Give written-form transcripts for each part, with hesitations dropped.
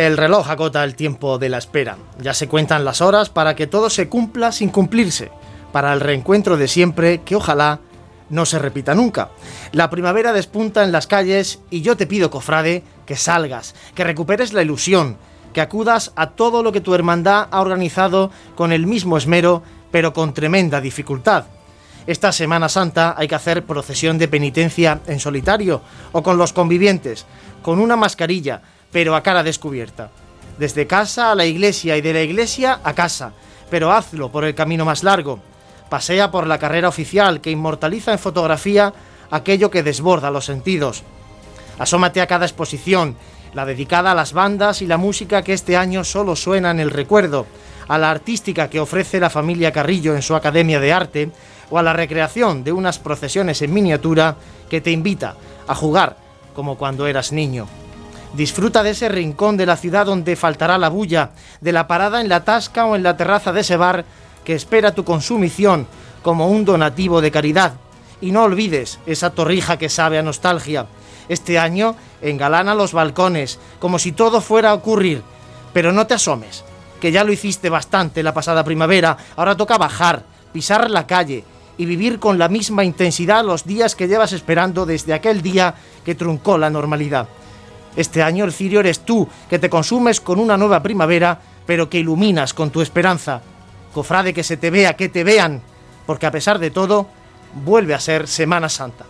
El reloj agota el tiempo de la espera. Ya se cuentan las horas para que todo se cumpla sin cumplirse, para el reencuentro de siempre que ojalá no se repita nunca. La primavera despunta en las calles y yo te pido, cofrade, que salgas, que recuperes la ilusión, que acudas a todo lo que tu hermandad ha organizado con el mismo esmero, pero con tremenda dificultad. Esta Semana Santa hay que hacer procesión de penitencia en solitario o con los convivientes, con una mascarilla, pero a cara descubierta. Desde casa a la iglesia y de la iglesia a casa, pero hazlo por el camino más largo. Pasea por la carrera oficial que inmortaliza en fotografía aquello que desborda los sentidos. Asómate a cada exposición, la dedicada a las bandas y la música que este año solo suena en el recuerdo, a la artística que ofrece la familia Carrillo en su Academia de Arte, o a la recreación de unas procesiones en miniatura que te invita a jugar como cuando eras niño. Disfruta de ese rincón de la ciudad donde faltará la bulla, de la parada en la tasca o en la terraza de ese bar que espera tu consumición como un donativo de caridad. Y no olvides esa torrija que sabe a nostalgia. Este año engalana los balcones, como si todo fuera a ocurrir. Pero no te asomes, que ya lo hiciste bastante la pasada primavera. Ahora toca bajar, pisar la calle y vivir con la misma intensidad los días que llevas esperando desde aquel día que truncó la normalidad. Este año el cirio eres tú, que te consumes con una nueva primavera, pero que iluminas con tu esperanza. Cofrade, que se te vea, que te vean, porque a pesar de todo, vuelve a ser Semana Santa.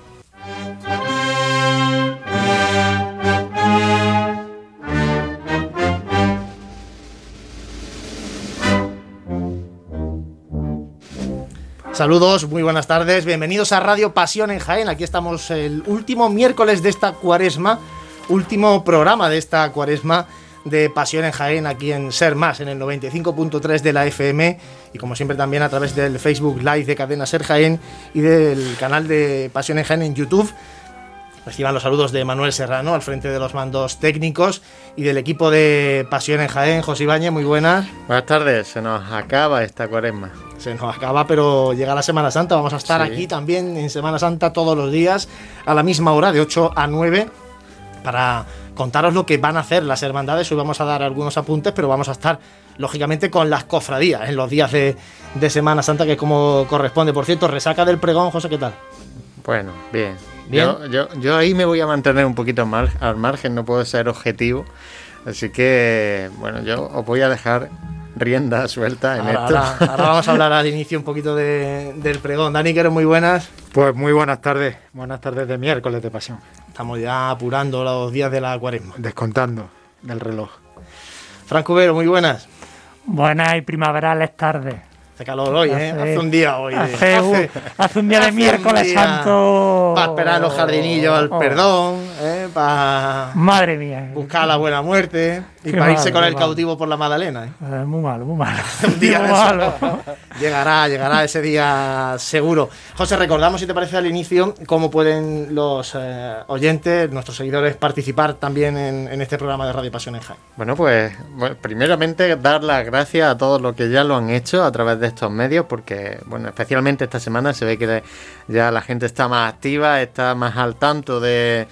Saludos, muy buenas tardes, bienvenidos a Radio Pasión en Jaén. Aquí estamos el último miércoles de esta cuaresma, último programa de esta cuaresma de Pasión en Jaén, aquí en Ser Más, en el 95.3 de la FM, y como siempre también a través del Facebook Live de Cadena Ser Jaén y del canal de Pasión en Jaén en YouTube. Reciban los saludos de Manuel Serrano al frente de los mandos técnicos y del equipo de Pasión en Jaén. José Ibáñez, muy buenas. Buenas tardes, se nos acaba esta cuaresma. Se nos acaba, pero llega la Semana Santa. Vamos a estar aquí también en Semana Santa todos los días a la misma hora, de 8 a 9, para contaros lo que van a hacer las hermandades. Hoy vamos a dar algunos apuntes, pero vamos a estar, lógicamente, con las cofradías en los días de Semana Santa, que es como corresponde. Por cierto, resaca del pregón, José, ¿qué tal? Bueno, bien. ¿Bien? Yo ahí me voy a mantener un poquito al margen, no puedo ser objetivo. Así que, bueno, yo os voy a dejar rienda suelta en esto. Ahora vamos a hablar al inicio un poquito del pregón. Dani, que eres muy buenas. Pues muy buenas tardes de miércoles de Pasión. Estamos ya apurando los días de la cuaresma. Descontando del reloj. Fran Cubero, muy buenas. Buenas y primaverales tardes. Hace calor hoy, hace un día hoy. Hace un día de miércoles santo. Para esperar los jardinillos al perdón, para madre mía, buscar la buena muerte y para irse con el cautivo por la Magdalena. Muy malo. Un día muy malo. Llegará ese día seguro. José, recordamos, si te parece, al inicio, cómo pueden los oyentes, nuestros seguidores, participar también en este programa de Radio Pasión en Jaén. Bueno, pues primeramente dar las gracias a todos los que ya lo han hecho a través de estos medios, porque, bueno, especialmente esta semana se ve que ya la gente está más activa, está más al tanto de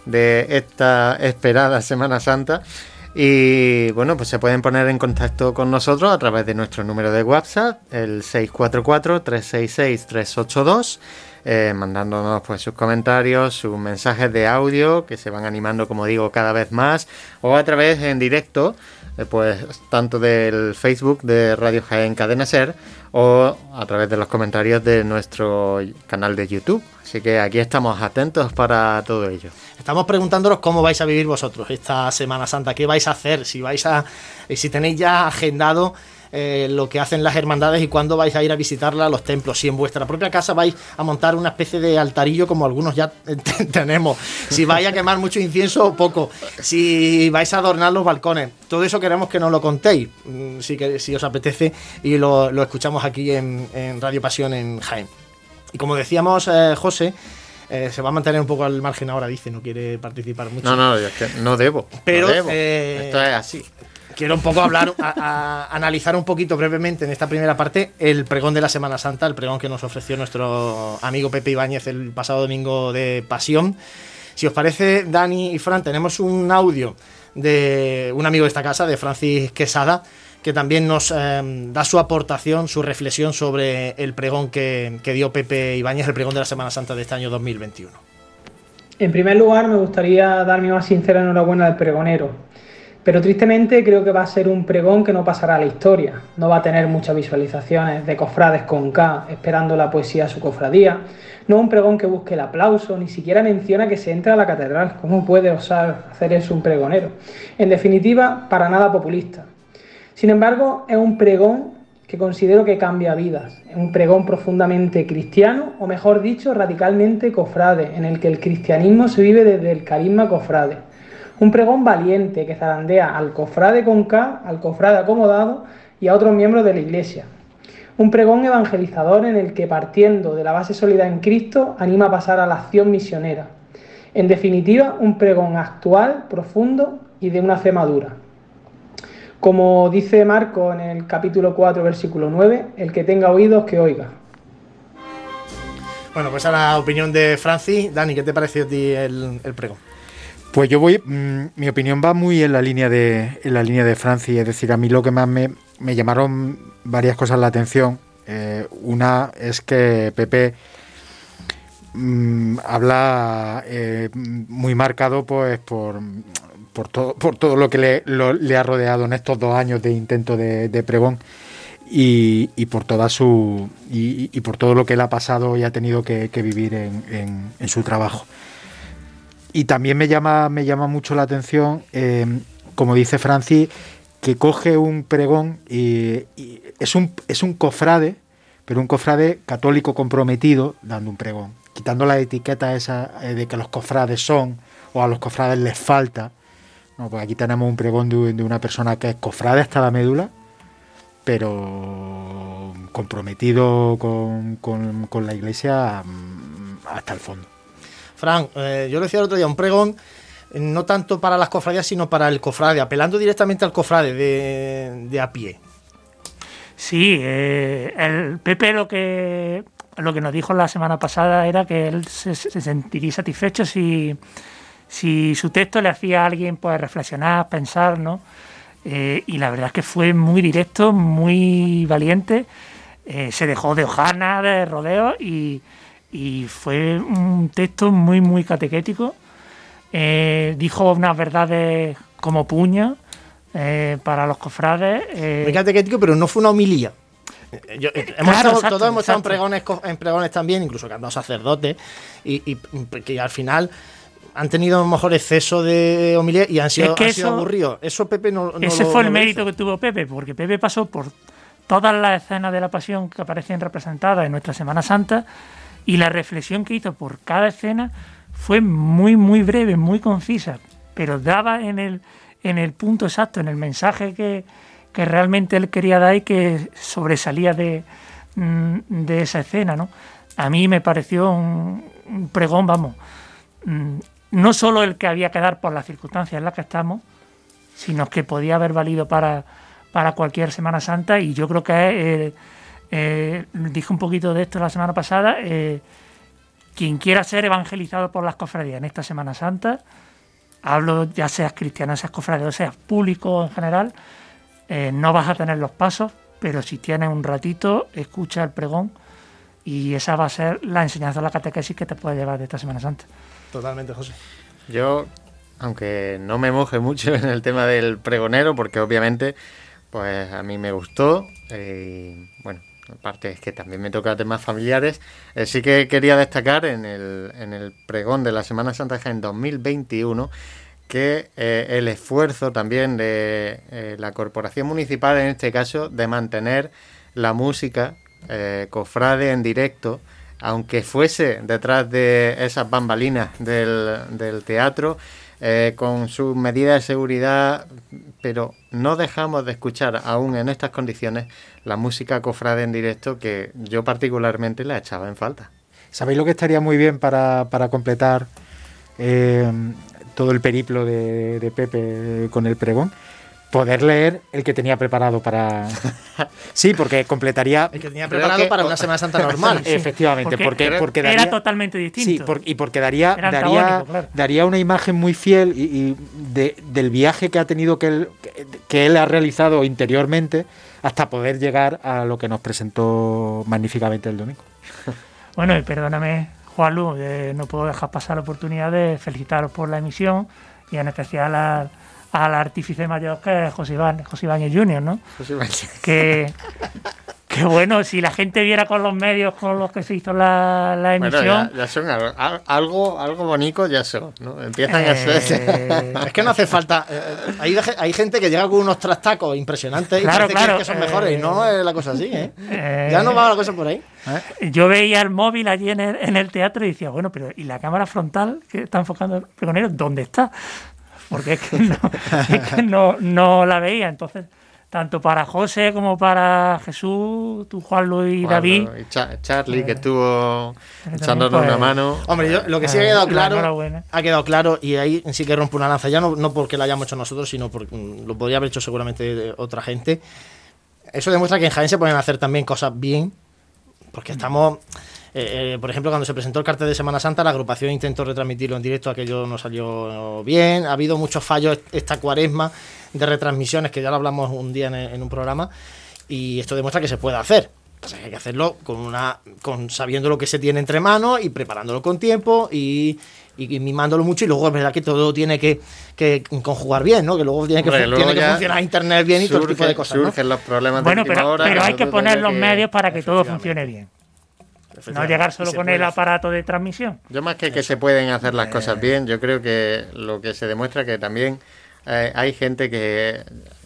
esta esperada Semana Santa. Y bueno, pues se pueden poner en contacto con nosotros a través de nuestro número de WhatsApp, el 644-366-382, mandándonos pues sus comentarios, sus mensajes de audio que se van animando, como digo, cada vez más, o a través en directo, pues tanto del Facebook de Radio Jaén Cadena Ser o a través de los comentarios de nuestro canal de YouTube. Así que aquí estamos atentos para todo ello. Estamos preguntándonos cómo vais a vivir vosotros esta Semana Santa, qué vais a hacer, si tenéis ya agendado lo que hacen las hermandades y cuándo vais a ir a visitarla a los templos. Si en vuestra propia casa vais a montar una especie de altarillo como algunos ya tenemos, si vais a quemar mucho incienso o poco, si vais a adornar los balcones, todo eso queremos que nos lo contéis, si os apetece, y lo escuchamos aquí en Radio Pasión en Jaén. Y como decíamos, José, se va a mantener un poco al margen ahora, dice, no quiere participar mucho. No, es que no debo. Pero no debo. Esto es así. Quiero un poco hablar, a analizar un poquito brevemente en esta primera parte el pregón de la Semana Santa, el pregón que nos ofreció nuestro amigo Pepe Ibáñez el pasado domingo de Pasión. Si os parece, Dani y Fran, tenemos un audio de un amigo de esta casa, de Francis Quesada, que también nos da su aportación, su reflexión sobre el pregón que dio Pepe Ibáñez, el pregón de la Semana Santa de este año 2021. En primer lugar, me gustaría dar mi más sincera enhorabuena al pregonero, pero tristemente creo que va a ser un pregón que no pasará a la historia. No va a tener muchas visualizaciones de cofrades con K esperando la poesía a su cofradía. No un pregón que busque el aplauso, ni siquiera menciona que se entra a la catedral. ¿Cómo puede osar hacer eso un pregonero? En definitiva, para nada populista. Sin embargo, es un pregón que considero que cambia vidas. Es un pregón profundamente cristiano, o mejor dicho, radicalmente cofrade, en el que el cristianismo se vive desde el carisma cofrade. Un pregón valiente que zarandea al cofrade con K, al cofrade acomodado y a otros miembros de la Iglesia. Un pregón evangelizador en el que, partiendo de la base sólida en Cristo, anima a pasar a la acción misionera. En definitiva, un pregón actual, profundo y de una fe madura. Como dice Marcos en el capítulo 4, versículo 9, el que tenga oídos, que oiga. Bueno, pues a la opinión de Francis. Dani, ¿qué te pareció a ti el pregón? Pues yo voy, mi opinión va muy en la línea de Francis, es decir, a mí lo que más me llamaron varias cosas la atención. Una es que Pepe habla muy marcado pues por todo lo que le ha rodeado en estos 2 años de intento de pregón y por toda y por todo lo que él ha pasado y ha tenido que vivir en su trabajo. Y también me llama mucho la atención, como dice Francis, que coge un pregón y es un cofrade, pero un cofrade católico comprometido dando un pregón, quitando la etiqueta esa de que los cofrades son o a los cofrades les falta. No, pues aquí tenemos un pregón de una persona que es cofrade hasta la médula, pero comprometido con la Iglesia hasta el fondo. Fran, yo lo decía el otro día, un pregón no tanto para las cofradías, sino para el cofrade, apelando directamente al cofrade de a pie. Sí, el Pepe lo que nos dijo la semana pasada era que él se sentiría satisfecho si su texto le hacía a alguien pues reflexionar, pensar, ¿no? Y la verdad es que fue muy directo, muy valiente, se dejó de hojanas, de rodeos y fue un texto muy, muy catequético. Dijo unas verdades como puño para los cofrades. Muy catequético, pero no fue una homilía. Todos hemos estado en pregones también, incluso que han dado sacerdotes, y que al final han tenido a lo mejor exceso de homilía y han sido aburridos. Eso Pepe no ese fue el mérito que tuvo Pepe, porque Pepe pasó por todas las escenas de la Pasión que aparecen representadas en nuestra Semana Santa, y la reflexión que hizo por cada escena fue muy, muy breve, muy concisa, pero daba en el punto exacto, en el mensaje que realmente él quería dar y que sobresalía de esa escena, ¿no? A mí me pareció un pregón, vamos, no solo el que había que dar por las circunstancias en las que estamos, sino que podía haber valido para cualquier Semana Santa, y yo creo que dije un poquito de esto la semana pasada. Quien quiera ser evangelizado por las cofradías en esta Semana Santa, hablo ya seas cristiano, seas cofrade, seas público en general, no vas a tener los pasos, pero si tienes un ratito, escucha el pregón y esa va a ser la enseñanza de la catequesis que te puede llevar de esta Semana Santa. Totalmente, José. Yo, aunque no me moje mucho en el tema del pregonero, porque obviamente pues a mí me gustó, bueno, aparte es que también me toca temas familiares, sí que quería destacar en el pregón de la Semana Santa de Jaén 2021 que el esfuerzo también de la corporación municipal, en este caso, de mantener la música cofrade en directo, aunque fuese detrás de esas bambalinas del teatro, con sus medidas de seguridad, pero no dejamos de escuchar aún en estas condiciones la música cofrade en directo, que yo particularmente la echaba en falta. ¿Sabéis lo que estaría muy bien para completar todo el periplo de Pepe con el pregón? poder leer el que tenía preparado para... Sí, porque completaría... El que tenía preparado para una Semana Santa normal. Sí, efectivamente, porque daría... Era totalmente distinto. Sí, y porque daría Claro. daría una imagen muy fiel del viaje que ha tenido que él ha realizado interiormente hasta poder llegar a lo que nos presentó magníficamente el domingo. Bueno, y perdóname, Juanlu, no puedo dejar pasar la oportunidad de felicitaros por la emisión y en especial al artífice mayor que es José Ibáñez Jr., ¿no? Que bueno, si la gente viera con los medios con los que se hizo la emisión... Bueno, ya son algo bonito, ya son, ¿no? Empiezan a ser... Es que no hace falta... hay gente que llega con unos trastacos impresionantes y parece que son mejores, y no es la cosa así, ¿eh? Ya no va la cosa por ahí. Yo veía el móvil allí en el teatro y decía, bueno, pero ¿y la cámara frontal que está enfocando el pregonero, dónde está? Porque es que no la veía. Entonces, tanto para José como para Jesús, tú, Juan Luis y David. Y Charlie, que estuvo echándonos una mano. Hombre, lo que sí ha quedado claro, y ahí sí que rompo una lanza, ya no porque la hayamos hecho nosotros, sino porque lo podría haber hecho seguramente otra gente. Eso demuestra que en Jaén se pueden hacer también cosas bien, porque estamos... por ejemplo, cuando se presentó el cartel de Semana Santa, la agrupación intentó retransmitirlo en directo, aquello no salió bien. Ha habido muchos fallos esta cuaresma de retransmisiones, que ya lo hablamos un día en un programa, y esto demuestra que se puede hacer. Entonces hay que hacerlo sabiendo lo que se tiene entre manos y preparándolo con tiempo y mimándolo mucho, y luego es verdad que todo tiene que conjugar bien, ¿no? Que luego tiene que funcionar internet bien y todo tipo de cosas, ¿no? Surgen los problemas bueno, de última hora, pero hay que poner los medios para que todo funcione bien. No llegar solo con el aparato de transmisión. Yo más que se pueden hacer las cosas bien, yo creo que lo que se demuestra que también hay gente que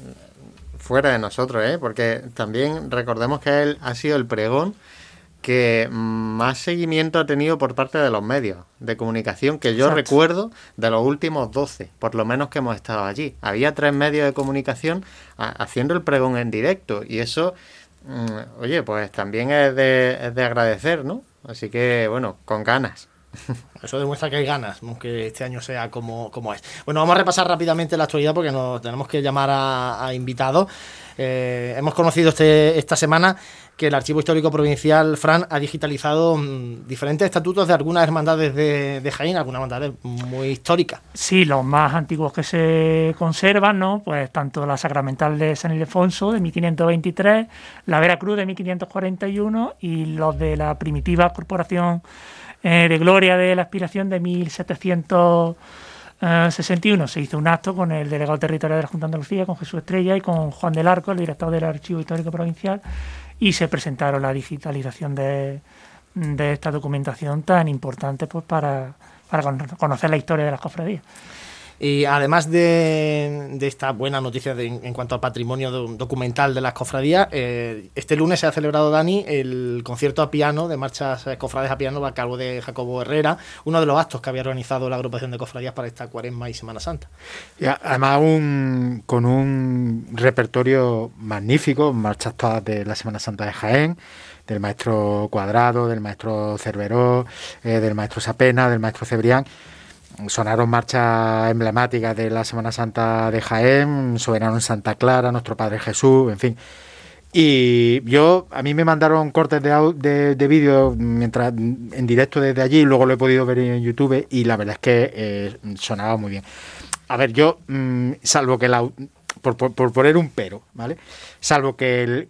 fuera de nosotros, porque también recordemos que él ha sido el pregón que más seguimiento ha tenido por parte de los medios de comunicación que yo recuerdo de los últimos 12, por lo menos que hemos estado allí. Había 3 medios de comunicación haciendo el pregón en directo, y eso... Oye, pues también es de agradecer, ¿no? Así que, bueno, con ganas. Eso demuestra que hay ganas, aunque este año sea como es. Bueno, vamos a repasar rápidamente la actualidad porque nos tenemos que llamar a invitados. Hemos conocido esta semana que el Archivo Histórico Provincial, Fran, ha digitalizado diferentes estatutos de algunas hermandades de Jaén, algunas hermandades muy históricas. Sí, los más antiguos que se conservan, ¿no? Pues tanto la Sacramental de San Ildefonso de 1523, la Veracruz de 1541 y los de la primitiva Corporación de Gloria de la Aspiración de 1761. Se hizo un acto con el delegado territorial de la Junta de Andalucía, con Jesús Estrella y con Juan del Arco, el director del Archivo Histórico Provincial, y se presentaron la digitalización de esta documentación tan importante pues para conocer la historia de las cofradías. Y además de esta buena noticia en cuanto al patrimonio documental de las cofradías, este lunes se ha celebrado, Dani, el concierto a piano de marchas cofrades a piano a cargo de Jacobo Herrera, uno de los actos que había organizado la agrupación de cofradías para esta Cuaresma y Semana Santa. Y además con un repertorio magnífico, marchas todas de la Semana Santa de Jaén, del maestro Cuadrado, del maestro Cerveró, del maestro Sapena, del maestro Cebrián. Sonaron marchas emblemáticas de la Semana Santa de Jaén, Soberano en Santa Clara, Nuestro Padre Jesús, en fin. Y a mí me mandaron cortes de vídeo mientras en directo desde allí, y luego lo he podido ver en YouTube, y la verdad es que sonaba muy bien. A ver, yo, salvo que por poner un pero, ¿vale? Salvo que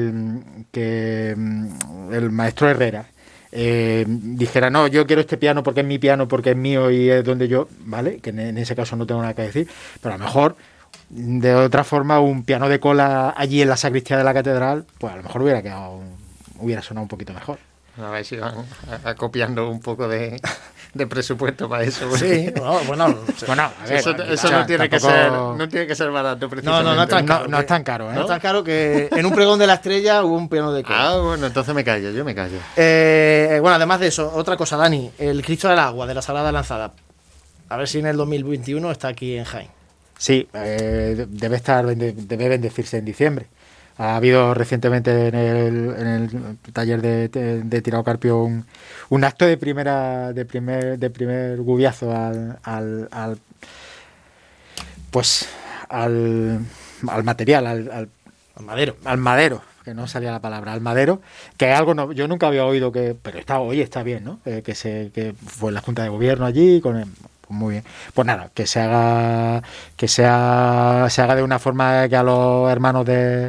el maestro Herrera dijera, no, yo quiero este piano porque es mi piano, porque es mío y es donde yo, ¿vale? Que en ese caso no tengo nada que decir, pero a lo mejor de otra forma un piano de cola allí en la sacristía de la catedral, pues a lo mejor hubiera sonado un poquito mejor. A ver si van acopiando un poco de presupuesto para eso. Sí, bueno, a ver, eso no tiene que ser barato, precisamente. No es tan caro, ¿eh? No es tan caro que en un pregón de la Estrella hubo un piano de cola. Ah, bueno, entonces yo me callo. Bueno, además de eso, otra cosa, Dani, el Cristo del Agua de la Sagrada Lanzada, a ver si en el 2021 está aquí en Jaén. Sí, debe bendecirse en diciembre. Ha habido recientemente en el taller de Tirao Carpio un acto de primer gubiazo al al material, Al madero. al madero, que no salía la palabra, al madero, que es algo yo nunca había oído pero está bien, ¿no? Que fue la Junta de Gobierno allí con pues muy bien. Pues nada, que se haga de una forma que a los hermanos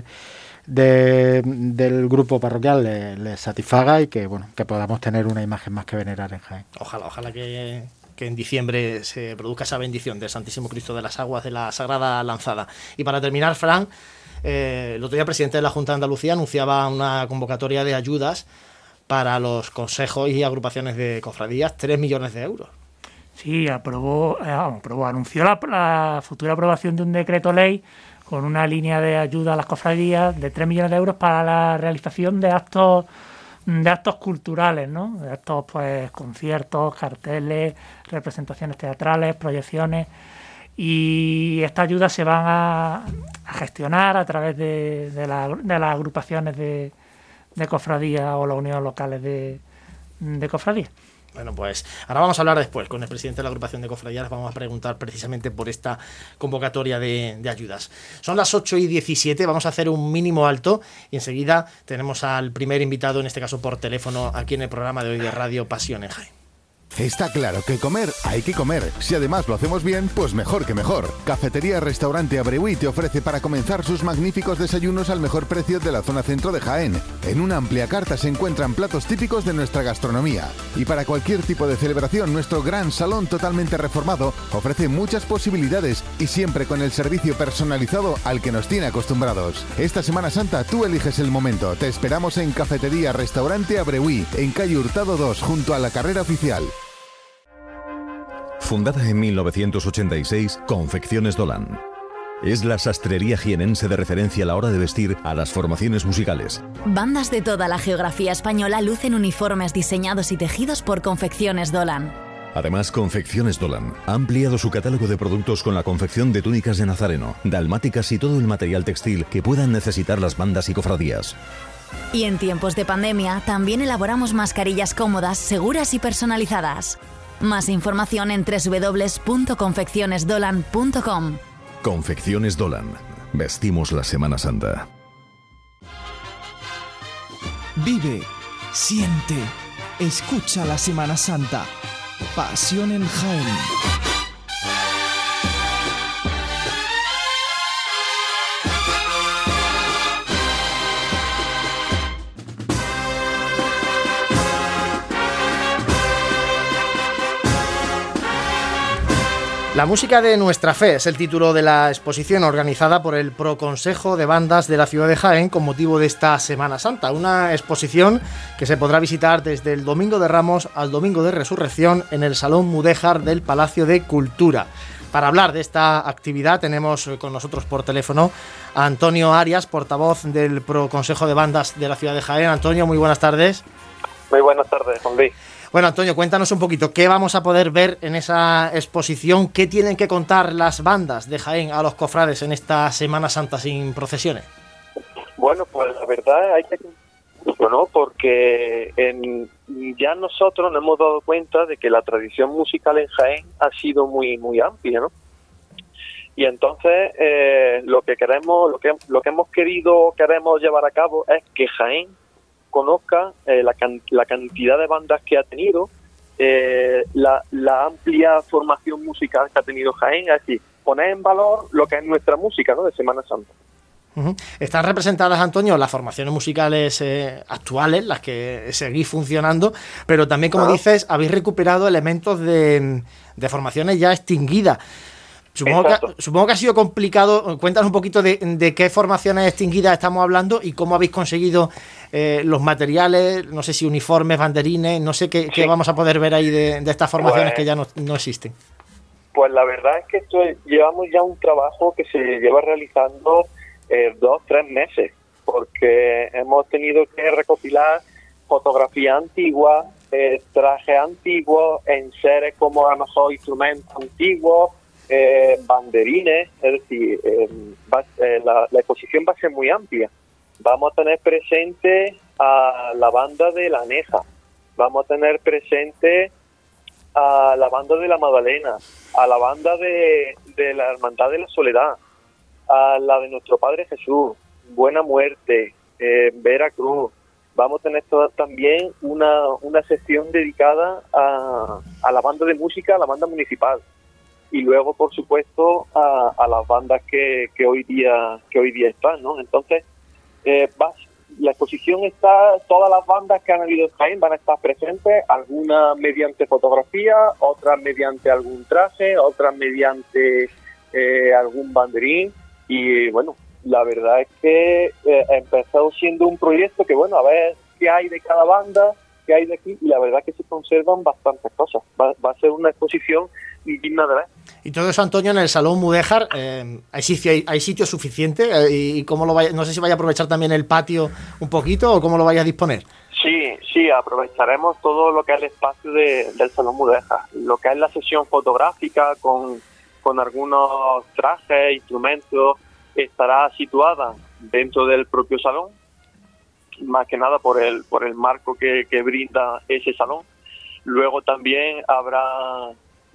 del grupo parroquial les satisfaga y que bueno, que podamos tener una imagen más que venerar en Jaén. Ojalá que en diciembre se produzca esa bendición del Santísimo Cristo de las Aguas de la Sagrada Lanzada. Y para terminar, Fran, el otro día el presidente de la Junta de Andalucía anunciaba una convocatoria de ayudas para los consejos y agrupaciones de cofradías, 3 millones de euros. Sí, anunció la futura aprobación de un decreto ley con una línea de ayuda a las cofradías de 3 millones de euros para la realización de actos culturales, ¿no? De actos, pues, conciertos, carteles, representaciones teatrales, proyecciones. Y estas ayudas se van a gestionar a través de las agrupaciones de cofradías o las uniones locales de cofradías. Bueno, pues ahora vamos a hablar después con el presidente de la agrupación de cofradías. Vamos a preguntar precisamente por esta convocatoria de ayudas. Son las 8:17, vamos a hacer un mínimo alto y enseguida tenemos al primer invitado, en este caso por teléfono, aquí en el programa de hoy de Radio Pasión en Jaén. Está claro que comer hay que comer. Si además lo hacemos bien, pues mejor que mejor. Cafetería Restaurante Abreuí te ofrece para comenzar sus magníficos desayunos al mejor precio de la zona centro de Jaén. En una amplia carta se encuentran platos típicos de nuestra gastronomía. Y para cualquier tipo de celebración, nuestro gran salón totalmente reformado ofrece muchas posibilidades y siempre con el servicio personalizado al que nos tiene acostumbrados. Esta Semana Santa tú eliges el momento. Te esperamos en Cafetería Restaurante Abreuí, en calle Hurtado 2, junto a la carrera oficial. Fundada en 1986, Confecciones Dolan. Es la sastrería jienense de referencia a la hora de vestir a las formaciones musicales. Bandas de toda la geografía española lucen uniformes diseñados y tejidos por Confecciones Dolan. Además, Confecciones Dolan ha ampliado su catálogo de productos con la confección de túnicas de nazareno, dalmáticas y todo el material textil que puedan necesitar las bandas y cofradías. Y en tiempos de pandemia, también elaboramos mascarillas cómodas, seguras y personalizadas. Más información en www.confeccionesdolan.com. Confecciones Dolan. Vestimos la Semana Santa. Vive, siente, escucha la Semana Santa. Pasión en Jaén. La música de nuestra fe es el título de la exposición organizada por el Proconsejo de Bandas de la ciudad de Jaén con motivo de esta Semana Santa. Una exposición que se podrá visitar desde el Domingo de Ramos al Domingo de Resurrección en el Salón Mudéjar del Palacio de Cultura. Para hablar de esta actividad tenemos con nosotros por teléfono a Antonio Arias, portavoz del Proconsejo de Bandas de la ciudad de Jaén. Antonio, muy buenas tardes. Muy buenas tardes, Juan Luis. Bueno, Antonio, cuéntanos un poquito, ¿qué vamos a poder ver en esa exposición? ¿Qué tienen que contar las bandas de Jaén a los cofrades en esta Semana Santa sin procesiones? Bueno, pues la verdad hay que... Bueno, porque ya nosotros nos hemos dado cuenta de que la tradición musical en Jaén ha sido muy amplia, ¿no? Y entonces lo que queremos queremos llevar a cabo es que Jaén conozca la cantidad de bandas que ha tenido, la amplia formación musical que ha tenido Jaén, es decir, poner en valor lo que es nuestra música, ¿no?, de Semana Santa. Uh-huh. Están representadas, Antonio, las formaciones musicales actuales, las que seguís funcionando, pero también, como dices, habéis recuperado elementos de formaciones ya extinguidas. Supongo que ha sido complicado. Cuéntanos un poquito de qué formaciones extinguidas estamos hablando y cómo habéis conseguido los materiales, no sé si uniformes, banderines, no sé qué vamos a poder ver ahí de estas formaciones que ya no existen. Pues la verdad es que llevamos ya un trabajo que se lleva realizando 2-3 meses, porque hemos tenido que recopilar fotografías antiguas, trajes antiguos, enseres como a lo mejor instrumentos antiguos, banderines, es decir, la exposición va a ser muy amplia. Vamos a tener presente a la banda de La Aneja, vamos a tener presente a la banda de La Magdalena, a la banda de la Hermandad de la Soledad, a la de nuestro Padre Jesús, Buena Muerte, Veracruz. Vamos a tener también una sección dedicada a la banda de música, a la banda municipal. Y luego, por supuesto, a las bandas que hoy día están, ¿no? Entonces, la exposición está, todas las bandas que han habido en Jaén van a estar presentes, algunas mediante fotografía, otras mediante algún traje, otras mediante algún banderín. Y bueno, la verdad es que ha empezado siendo un proyecto que, bueno, a ver qué hay de cada banda, qué hay de aquí, y la verdad es que se conservan bastantes cosas. Va a ser una exposición digna de ver. Y todo eso, Antonio, en el Salón Mudéjar, ¿hay sitio suficiente? ¿Y cómo no sé si vaya a aprovechar también el patio un poquito o cómo lo vaya a disponer? Sí, aprovecharemos todo lo que es el espacio del Salón Mudéjar. Lo que es la sesión fotográfica con algunos trajes, instrumentos, estará situada dentro del propio salón, más que nada por el marco que brinda ese salón. Luego también habrá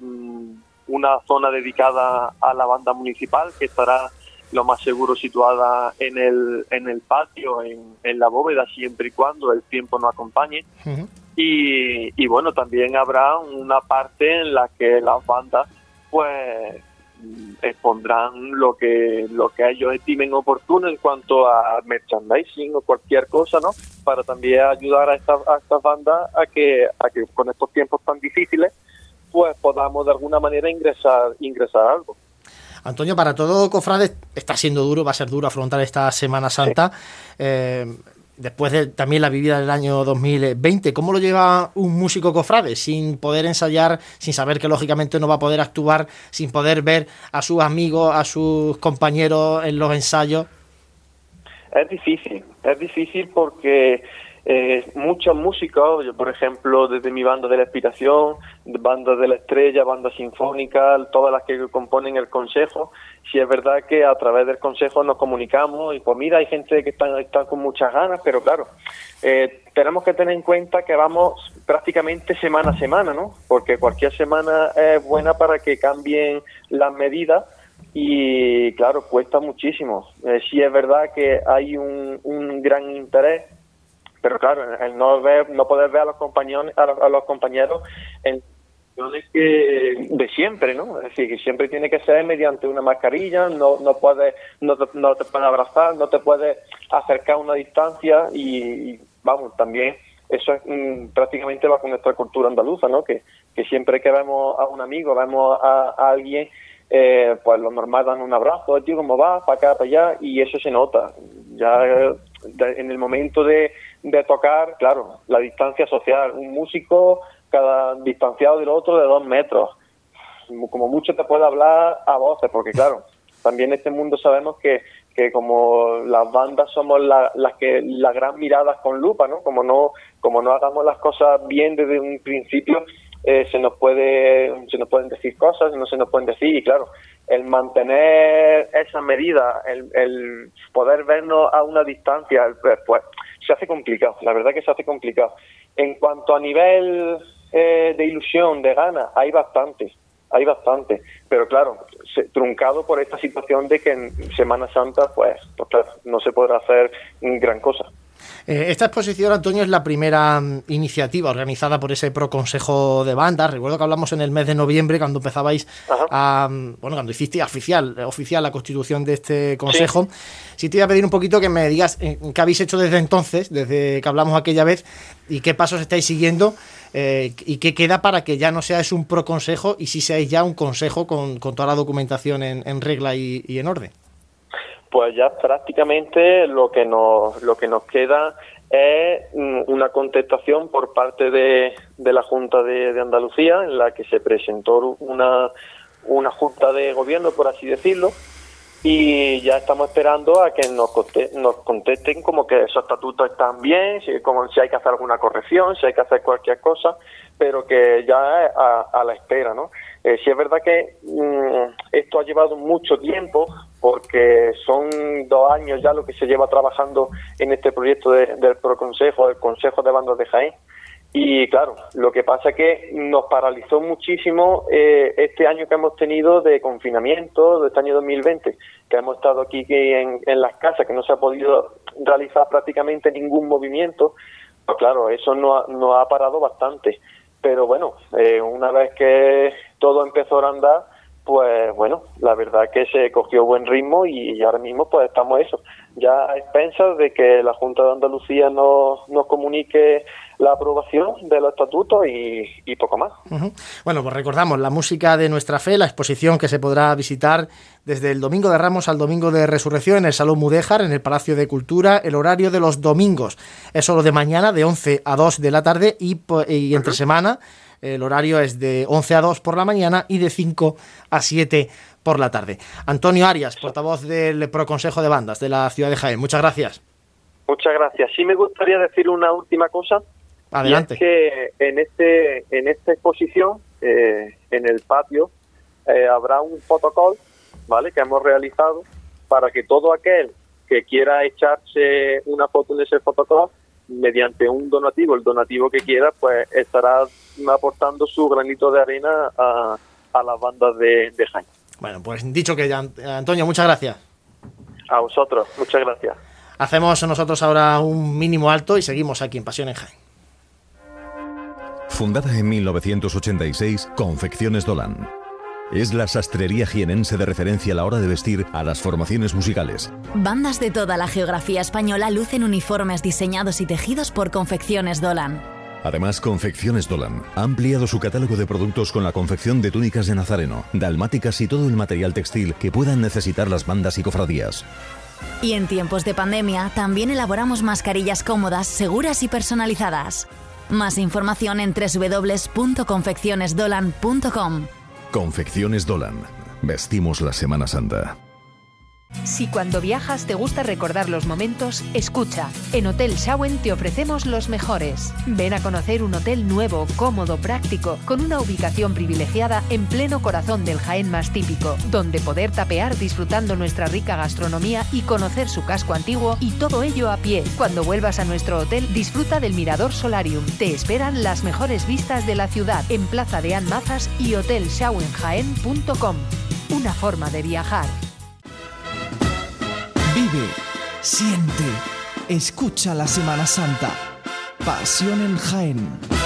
una zona dedicada a la banda municipal, que estará lo más seguro situada en el patio, en la bóveda, siempre y cuando el tiempo nos acompañe. Uh-huh. Y bueno, también habrá una parte en la que las bandas pues expondrán lo que ellos estimen oportuno en cuanto a merchandising o cualquier cosa, ¿no? Para también ayudar a estas bandas a que con estos tiempos tan difíciles pues podamos de alguna manera ingresar algo. Antonio, para todo cofrade está siendo duro, va a ser duro afrontar esta Semana Santa. Sí. Después de también la vivida del año 2020, ¿cómo lo lleva un músico cofrade? Sin poder ensayar, sin saber que lógicamente no va a poder actuar, sin poder ver a sus amigos, a sus compañeros en los ensayos. Es difícil porque muchos músicos, yo por ejemplo desde mi banda de la Inspiración, banda de la Estrella, banda sinfónica, todas las que componen el consejo, sí es verdad que a través del consejo nos comunicamos y pues mira, hay gente que está con muchas ganas, pero claro, tenemos que tener en cuenta que vamos prácticamente semana a semana, ¿no? Porque cualquier semana es buena para que cambien las medidas. Y claro, cuesta muchísimo. Sí es verdad que hay un gran interés, pero claro, el no poder ver a los compañeros en que de siempre, ¿no? Es decir, que siempre tiene que ser mediante una mascarilla, no te puedes abrazar, no te puedes acercar a una distancia y vamos, también eso es prácticamente va con nuestra cultura andaluza, ¿no? Que siempre que vemos a un amigo, vemos a alguien, pues lo normal dan un abrazo, tío, ¿cómo va? Para acá, para allá, y eso se nota. Ya en el momento de tocar, claro, la distancia social, un músico cada distanciado del otro de 2 metros, como mucho te puede hablar a voces, porque claro, también en este mundo sabemos que como las bandas somos las gran miradas con lupa, ¿no? Como no hagamos las cosas bien desde un principio, se nos pueden decir cosas, no se nos pueden decir, y claro, el mantener esa medida, el poder vernos a una distancia, pues se hace complicado, la verdad que se hace complicado. En cuanto a nivel de ilusión, de ganas, hay bastante, pero claro, truncado por esta situación de que en Semana Santa pues claro, no se podrá hacer gran cosa. Esta exposición, Antonio, es la primera iniciativa organizada por ese Proconsejo de Bandas. Recuerdo que hablamos en el mes de noviembre cuando empezabais cuando hiciste oficial la constitución de este consejo. Sí te voy a pedir un poquito que me digas qué habéis hecho desde entonces, desde que hablamos aquella vez, y qué pasos estáis siguiendo y qué queda para que ya no seáis un Proconsejo y sí seáis ya un consejo con toda la documentación en regla y en orden. Pues ya prácticamente lo que nos queda es una contestación por parte de la Junta de Andalucía, en la que se presentó una Junta de Gobierno, por así decirlo, y ya estamos esperando a que nos contesten como que esos estatutos están bien, como si hay que hacer alguna corrección, si hay que hacer cualquier cosa, pero que ya es a la espera, ¿no? Sí es verdad que esto ha llevado mucho tiempo, porque son 2 años ya lo que se lleva trabajando en este proyecto del Proconsejo, del Consejo de Bandas de Jaén, Y claro, lo que pasa es que nos paralizó muchísimo este año que hemos tenido de confinamiento, de este año 2020, que hemos estado aquí en las casas, que no se ha podido realizar prácticamente ningún movimiento. Pues claro, eso nos ha parado bastante. Pero bueno, una vez que todo empezó a andar, pues bueno, la verdad que se cogió buen ritmo y ahora mismo pues estamos ya a expensas de que la Junta de Andalucía nos comunique la aprobación de los estatutos y poco más. Uh-huh. Bueno, pues recordamos la música de nuestra fe, la exposición que se podrá visitar desde el Domingo de Ramos al Domingo de Resurrección en el Salón Mudéjar, en el Palacio de Cultura, el horario de los domingos. Es solo de mañana, de 11 a 2 de la tarde y entre semana. El horario es de 11 a 2 por la mañana y de 5 a 7 por la tarde. Antonio Arias, portavoz del Proconsejo de Bandas de la ciudad de Jaén. Muchas gracias. Muchas gracias. Sí me gustaría decir una última cosa. Adelante. Y es que en esta exposición, en el patio, habrá un protocolo, ¿vale?, que hemos realizado para que todo aquel que quiera echarse una foto en ese protocolo, mediante un donativo, el donativo que quiera, pues estará aportando su granito de arena a las bandas de Jaén. Bueno, pues dicho que ya, Antonio, muchas gracias. A vosotros, muchas gracias. Hacemos nosotros ahora un mínimo alto y seguimos aquí en Pasión en Jaén. Fundada en 1986, Confecciones Dolan. Es la sastrería jienense de referencia a la hora de vestir a las formaciones musicales. Bandas de toda la geografía española lucen uniformes diseñados y tejidos por Confecciones Dolan. Además, Confecciones Dolan ha ampliado su catálogo de productos con la confección de túnicas de nazareno, dalmáticas y todo el material textil que puedan necesitar las bandas y cofradías. Y en tiempos de pandemia, también elaboramos mascarillas cómodas, seguras y personalizadas. Más información en www.confeccionesdolan.com. Confecciones Dolan. Vestimos la Semana Santa. Si cuando viajas te gusta recordar los momentos, escucha. En Hotel Shawen te ofrecemos los mejores. Ven a conocer un hotel nuevo, cómodo, práctico, con una ubicación privilegiada en pleno corazón del Jaén más típico, donde poder tapear disfrutando nuestra rica gastronomía y conocer su casco antiguo, y todo ello a pie. Cuando vuelvas a nuestro hotel, disfruta del Mirador Solarium. Te esperan las mejores vistas de la ciudad en Plaza de Mazas y hotelshawenjaen.com. Una forma de viajar. Vive, siente, escucha la Semana Santa. Pasión en Jaén.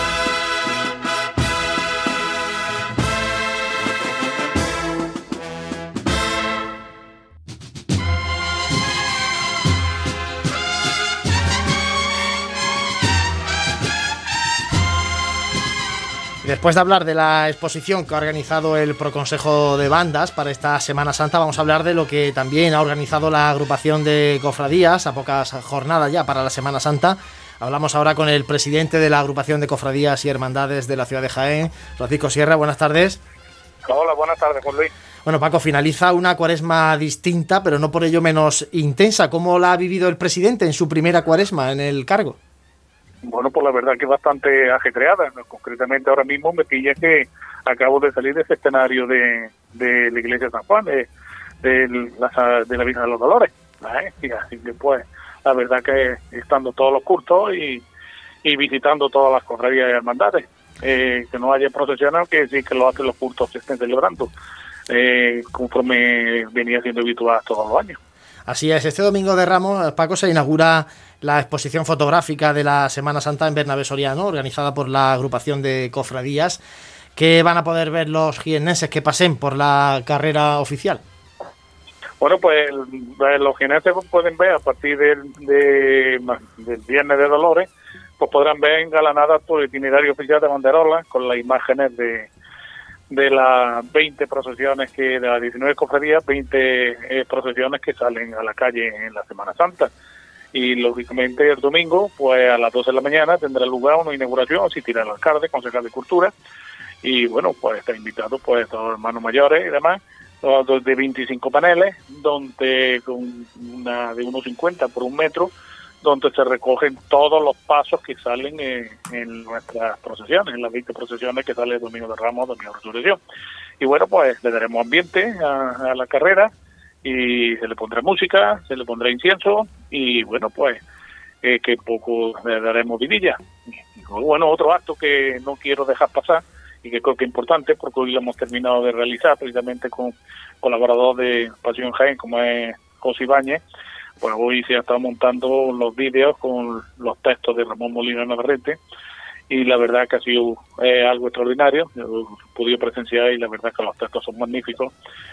Después de hablar de la exposición que ha organizado el Proconsejo de Bandas para esta Semana Santa, vamos a hablar de lo que también ha organizado la agrupación de cofradías a pocas jornadas ya para la Semana Santa. Hablamos ahora con el presidente de la agrupación de cofradías y hermandades de la ciudad de Jaén, Francisco Sierra. Buenas tardes. Hola, buenas tardes, Juan Luis. Bueno, Paco, finaliza una cuaresma distinta, pero no por ello menos intensa. ¿Cómo la ha vivido el presidente en su primera cuaresma en el cargo? Bueno, pues la verdad que es bastante ajetreada. Concretamente ahora mismo me pilla que acabo de salir de ese escenario de la iglesia de San Juan, de la Virgen de los Dolores. Y así que pues la verdad que estando todos los cultos y visitando todas las cofradías y hermandades, que no haya procesional, que sí que lo hacen los cultos se estén celebrando, conforme venía siendo habitual todos los años. Así es, este domingo de Ramos, Paco, se inaugura la exposición fotográfica de la Semana Santa en Bernabé Soriano, organizada por la agrupación de cofradías, que van a poder ver los jiennenses que pasen por la carrera oficial. Bueno, pues los jiennenses pueden ver a partir del Viernes de Dolores, pues podrán ver engalanadas por el itinerario oficial de banderolas con las imágenes de las 20 procesiones de las 19 cofradías, 20 procesiones que salen a la calle en la Semana Santa. Y lógicamente el domingo, pues a las 12 de la mañana tendrá lugar una inauguración, asistirá el alcalde, concejal de Cultura, y bueno, pues está invitado pues todos los hermanos mayores y demás, de 25 paneles, donde con una de 1,50 por 1 metro, donde se recogen todos los pasos que salen en nuestras procesiones, en las 20 procesiones que sale el Domingo de Ramos, Domingo de Resurrección. Y bueno, pues le daremos ambiente a la carrera y se le pondrá música, se le pondrá incienso y bueno, pues que poco le daremos vidilla. Bueno, otro acto que no quiero dejar pasar y que creo que es importante, porque hoy lo hemos terminado de realizar precisamente con colaborador de Pasión Jaén, como es José Ibáñez. Pues hoy se ha estado montando los vídeos con los textos de Ramón Molina Navarrete, y la verdad que ha sido algo extraordinario. Yo he podido presenciar y la verdad que los textos son magníficos,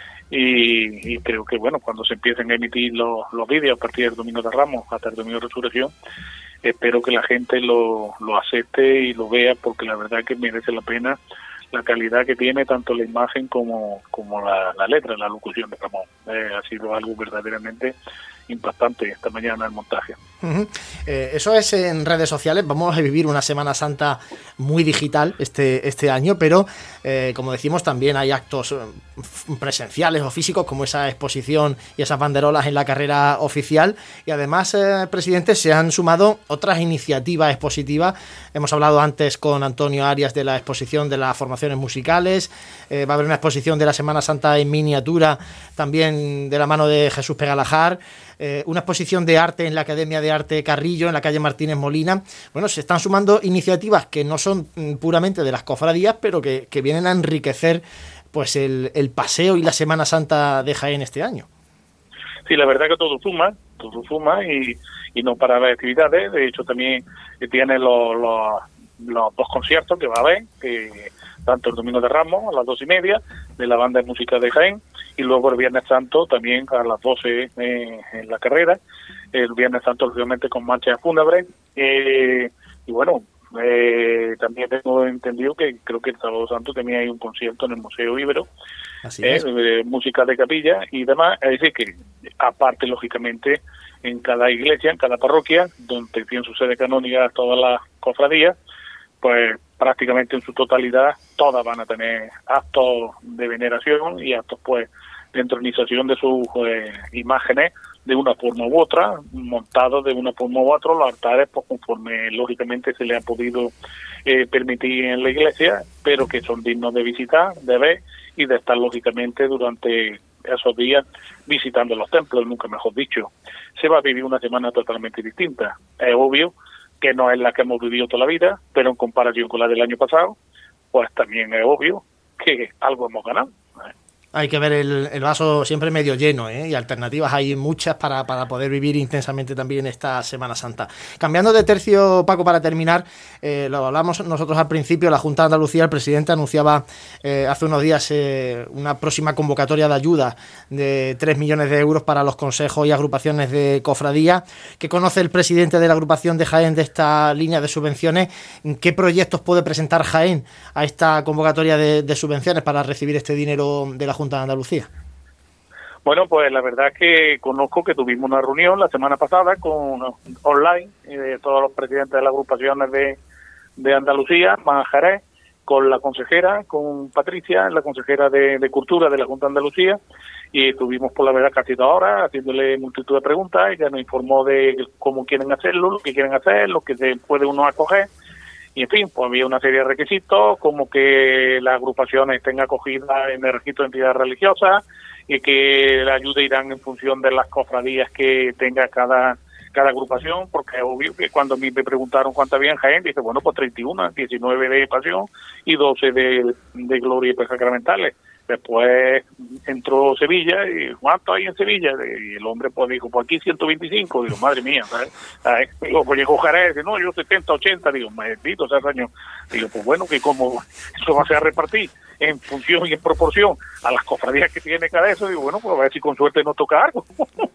y creo que bueno, cuando se empiecen a emitir los vídeos a partir del Domingo de Ramos hasta el Domingo de Resurrección, espero que la gente lo acepte y lo vea, porque la verdad que merece la pena la calidad que tiene tanto la imagen como la letra, la locución de Ramón. Ha sido algo verdaderamente impactante esta mañana el montaje. Eso es en redes sociales. Vamos a vivir una Semana Santa muy digital este año, pero como decimos, también hay actos presenciales o físicos, como esa exposición y esas banderolas en la carrera oficial, y además, presidente, se han sumado otras iniciativas expositivas. Hemos hablado antes con Antonio Arias de la exposición de las formaciones musicales. Va a haber una exposición de la Semana Santa en miniatura, también de la mano de Jesús Pegalajar. Una exposición de arte en la Academia de Arte Carrillo, en la calle Martínez Molina. Bueno, se están sumando iniciativas que no son puramente de las cofradías, pero que vienen a enriquecer pues el paseo y la Semana Santa de Jaén este año. Sí, la verdad que todo suma y no para las actividades. De hecho, también tiene los dos conciertos que va a haber, tanto el Domingo de Ramos a las 2:30 de la Banda de Música de Jaén, y luego el Viernes Santo también a las 12 en la carrera. El Viernes Santo obviamente con marcha fúnebre, y bueno, también tengo entendido que creo que el Sábado Santo también hay un concierto en el Museo Ibero, música de capilla y demás. Es decir que aparte, lógicamente, en cada iglesia, en cada parroquia, donde tienen su sede canónica todas las cofradías, pues prácticamente en su totalidad todas van a tener actos de veneración y actos pues de entronización de sus imágenes de una forma u otra, montados de una forma u otra, los altares pues conforme lógicamente se le ha podido permitir en la iglesia, pero que son dignos de visitar, de ver y de estar lógicamente durante esos días visitando los templos, nunca mejor dicho. Se va a vivir una semana totalmente distinta. Es obvio que no es la que hemos vivido toda la vida, pero en comparación con la del año pasado, pues también es obvio que algo hemos ganado. Hay que ver el vaso siempre medio lleno, y alternativas hay muchas para poder vivir intensamente también esta Semana Santa. Cambiando de tercio, Paco, para terminar, lo hablamos nosotros al principio, la Junta de Andalucía, el presidente anunciaba hace unos días una próxima convocatoria de ayuda de 3 millones de euros para los consejos y agrupaciones de cofradía. ¿Qué conoce el presidente de la agrupación de Jaén de esta línea de subvenciones? ¿Qué proyectos puede presentar Jaén a esta convocatoria de subvenciones para recibir este dinero de la Junta de Andalucía? Bueno, pues la verdad es que conozco que tuvimos una reunión la semana pasada online de todos los presidentes de las agrupaciones de Andalucía, más Jerez, con la consejera, con Patricia, la consejera de Cultura de la Junta de Andalucía, y estuvimos por la verdad casi 2 horas haciéndole multitud de preguntas. Ella nos informó de cómo quieren hacerlo, lo que quieren hacer, lo que se puede uno acoger. Y en fin, pues había una serie de requisitos, como que las agrupaciones estén acogidas en el registro de entidades religiosas y que la ayuda irán en función de las cofradías que tenga cada agrupación, porque es obvio que cuando a mí me preguntaron cuánta había en Jaén, dije, bueno, pues 31, 19 de Pasión y 12 de Gloria y Pesas Sacramentales. Después entró Sevilla y ¿cuánto hay en Sevilla? Y el hombre pues dijo, pues aquí 125. Digo, madre mía, ¿sabes? Digo, pues llegó Jerez, dice, no, yo 70, 80. Digo, maldito sea año. Digo, pues bueno, que como eso va a ser a repartir en función y en proporción a las cofradías que tiene cada eso, digo, bueno, pues a ver si con suerte nos toca algo.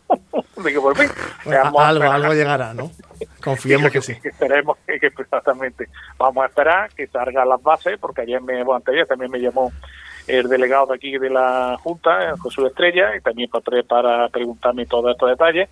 Digo, por fin. Algo llegará, ¿no? Confiemos que sí. Esperemos que exactamente. Vamos a esperar que salgan las bases, porque ayer también me llamó el delegado de aquí de la Junta, José Estrella, y también para preguntarme todos estos detalles,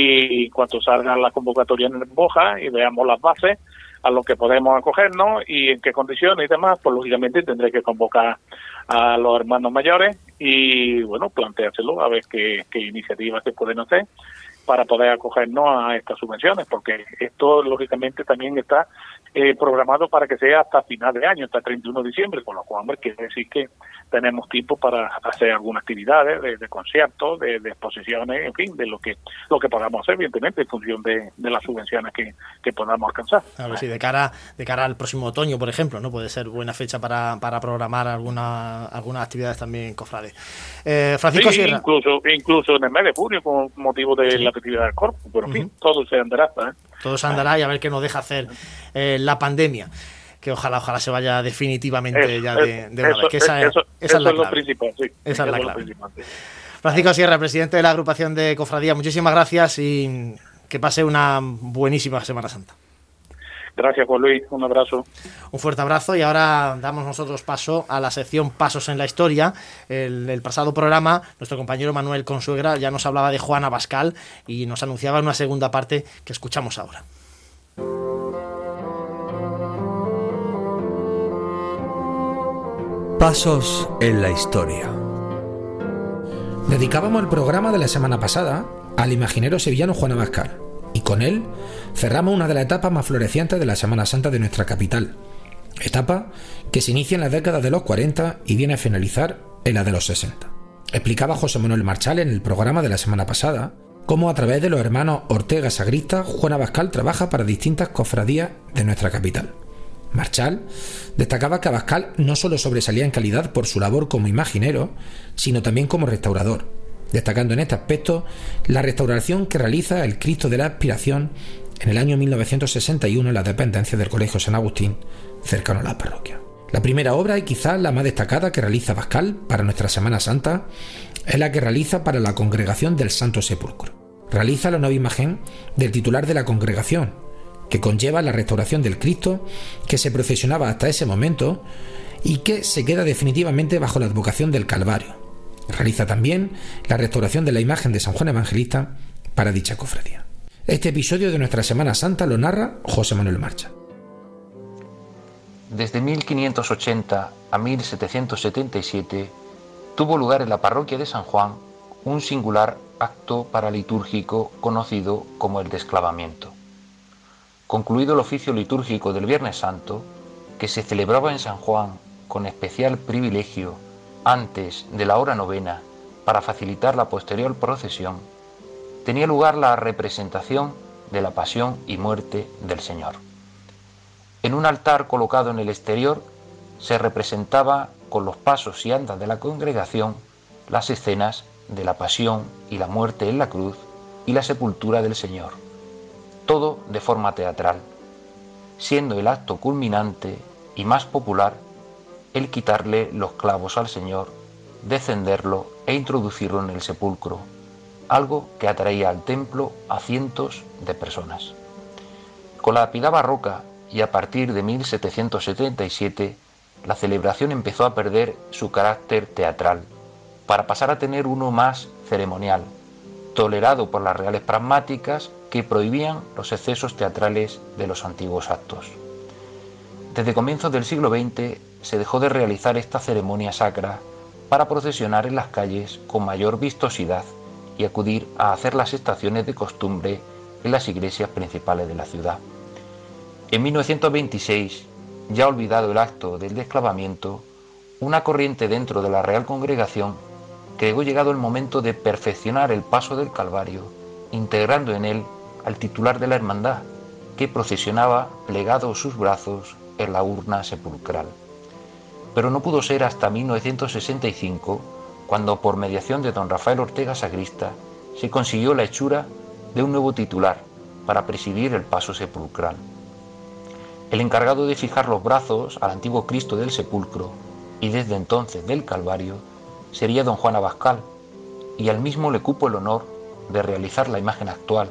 y en cuanto salga la convocatoria en Boja y veamos las bases a lo que podemos acogernos y en qué condiciones y demás, pues lógicamente tendré que convocar a los hermanos mayores y bueno, planteárselo a ver qué iniciativas se pueden hacer para poder acogernos a estas subvenciones, porque esto lógicamente también está programado para que sea hasta final de año, hasta el 31 de diciembre, con lo cual, hombre, quiere decir que tenemos tiempo para hacer algunas actividades de conciertos, de exposiciones, en fin, de lo que podamos hacer, evidentemente, en función de las subvenciones que podamos alcanzar. A ver si de cara al próximo otoño, por ejemplo, no puede ser buena fecha para programar algunas actividades también cofrades. Francisco Sierra. Incluso en el mes de junio, con motivo de la festividad del Corpus, pero en fin, todo se andará. Todo se andará y a ver qué nos deja hacer la pandemia. Que ojalá se vaya definitivamente de una vez. Que esa es la clave. Lo principal, sí. Esa es la clave. Francisco Sierra, presidente de la agrupación de Cofradía, muchísimas gracias y que pase una buenísima Semana Santa. Gracias, Juan Luis. Un abrazo. Un fuerte abrazo y ahora damos nosotros paso a la sección Pasos en la Historia. El pasado programa, nuestro compañero Manuel Consuegra ya nos hablaba de Juan Abascal y nos anunciaba una segunda parte que escuchamos ahora. Pasos en la Historia. Dedicábamos el programa de la semana pasada al imaginero sevillano Juan Abascal y con él cerramos una de las etapas más florecientes de la Semana Santa de nuestra capital, etapa que se inicia en las décadas de los 40 y viene a finalizar en la de los 60. Explicaba José Manuel Marchal en el programa de la semana pasada cómo a través de los hermanos Ortega Sagristas Juan Abascal trabaja para distintas cofradías de nuestra capital. Marchal destacaba que Abascal no solo sobresalía en calidad por su labor como imaginero, sino también como restaurador, destacando en este aspecto la restauración que realiza el Cristo de la Expiración en el año 1961 en las dependencias del Colegio San Agustín, cercano a la parroquia. La primera obra y quizás la más destacada que realiza Abascal para nuestra Semana Santa es la que realiza para la Congregación del Santo Sepulcro. Realiza la nueva imagen del titular de la congregación, que conlleva la restauración del Cristo que se procesionaba hasta ese momento y que se queda definitivamente bajo la advocación del Calvario. Realiza también la restauración de la imagen de San Juan Evangelista para dicha cofradía. Este episodio de nuestra Semana Santa lo narra José Manuel Marcha. Desde 1580 a 1777 tuvo lugar en la parroquia de San Juan un singular acto paralitúrgico conocido como el desclavamiento. Concluido el oficio litúrgico del Viernes Santo, que se celebraba en San Juan con especial privilegio antes de la hora novena para facilitar la posterior procesión, tenía lugar la representación de la pasión y muerte del Señor. En un altar colocado en el exterior se representaba con los pasos y andas de la congregación las escenas de la pasión y la muerte en la cruz y la sepultura del Señor, todo de forma teatral, siendo el acto culminante y más popular el quitarle los clavos al Señor, descenderlo e introducirlo en el sepulcro, algo que atraía al templo a cientos de personas. Con la piedad barroca y a partir de 1777, la celebración empezó a perder su carácter teatral, para pasar a tener uno más ceremonial, tolerado por las reales pragmáticas que prohibían los excesos teatrales de los antiguos actos. Desde comienzos del siglo XX se dejó de realizar esta ceremonia sacra para procesionar en las calles con mayor vistosidad y acudir a hacer las estaciones de costumbre en las iglesias principales de la ciudad. En 1926, ya olvidado el acto del desclavamiento, una corriente dentro de la Real Congregación creyó llegado el momento de perfeccionar el paso del Calvario, integrando en él al titular de la hermandad, que procesionaba plegado sus brazos en la urna sepulcral. Pero no pudo ser hasta 1965, cuando por mediación de don Rafael Ortega Sagrista se consiguió la hechura de un nuevo titular para presidir el paso sepulcral. El encargado de fijar los brazos al antiguo Cristo del sepulcro y desde entonces del Calvario sería don Juan Abascal, y al mismo le cupo el honor de realizar la imagen actual.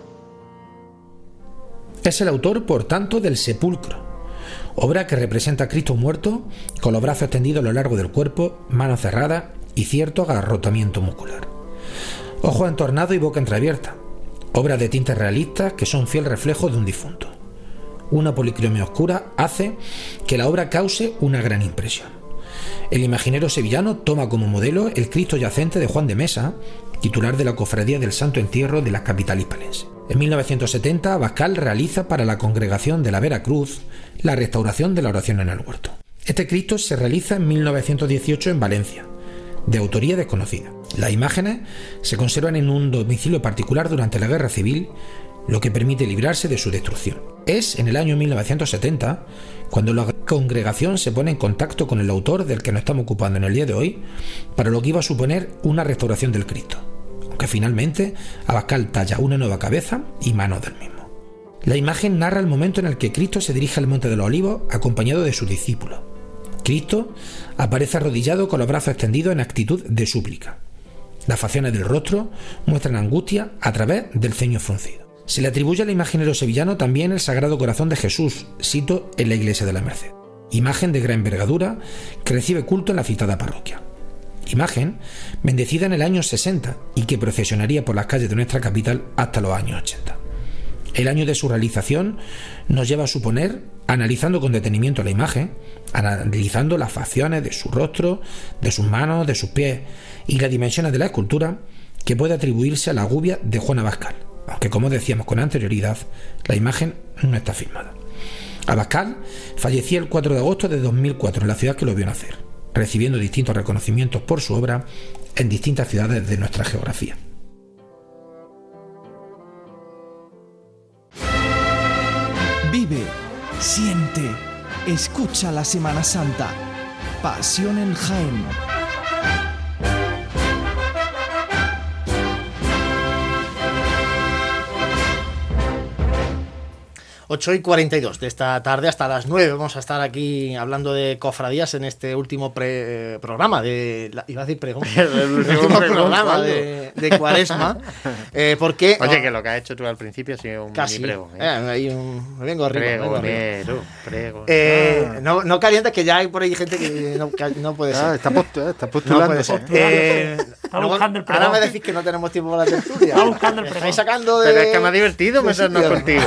Es el autor, por tanto, del Sepulcro, obra que representa a Cristo muerto con los brazos extendidos a lo largo del cuerpo, manos cerradas y cierto agarrotamiento muscular. Ojos entornados y boca entreabierta, obra de tintes realistas que son fiel reflejo de un difunto. Una policromía oscura hace que la obra cause una gran impresión. El imaginero sevillano toma como modelo el Cristo yacente de Juan de Mesa, titular de la Cofradía del Santo Entierro de la capital hispalense. En 1970, Abascal realiza para la Congregación de la Veracruz la restauración de la oración en el huerto. Este Cristo se realiza en 1918 en Valencia, de autoría desconocida. Las imágenes se conservan en un domicilio particular durante la Guerra Civil, lo que permite librarse de su destrucción. Es en el año 1970 cuando la congregación se pone en contacto con el autor del que nos estamos ocupando en el día de hoy para lo que iba a suponer una restauración del Cristo, aunque finalmente Abascal talla una nueva cabeza y manos del mismo. La imagen narra el momento en el que Cristo se dirige al Monte de los Olivos acompañado de sus discípulos. Cristo aparece arrodillado con los brazos extendidos en actitud de súplica. Las facciones del rostro muestran angustia a través del ceño fruncido. Se le atribuye al imaginero sevillano también el Sagrado Corazón de Jesús, sito en la iglesia de la Merced. Imagen de gran envergadura que recibe culto en la citada parroquia. Imagen bendecida en el año 60 y que procesionaría por las calles de nuestra capital hasta los años 80. El año de su realización nos lleva a suponer, analizando con detenimiento la imagen, analizando las facciones de su rostro, de sus manos, de sus pies y las dimensiones de la escultura, que puede atribuirse a la gubia de Juan Abascal, aunque como decíamos con anterioridad, la imagen no está firmada. Abascal fallecía el 4 de agosto de 2004 en la ciudad que lo vio nacer, recibiendo distintos reconocimientos por su obra en distintas ciudades de nuestra geografía. Vive, siente, escucha la Semana Santa. Pasión en Jaén. 8:42 de esta tarde hasta las 9 vamos a estar aquí hablando de cofradías en este último programa de... iba a decir pregón. el último programa de Cuaresma. Porque... Oye, que lo que has hecho tú al principio ha sido un casi, mini pregón. Me vengo arriba. Pregón. No calientes, que ya hay por ahí gente que no puede ser. Está postulando. No puede ser. Está buscando el pregón. Ahora me decís que no tenemos tiempo para la tertulia. Está buscando el pregón. Estáis sacando de... Pero es que me ha divertido meternos contigo.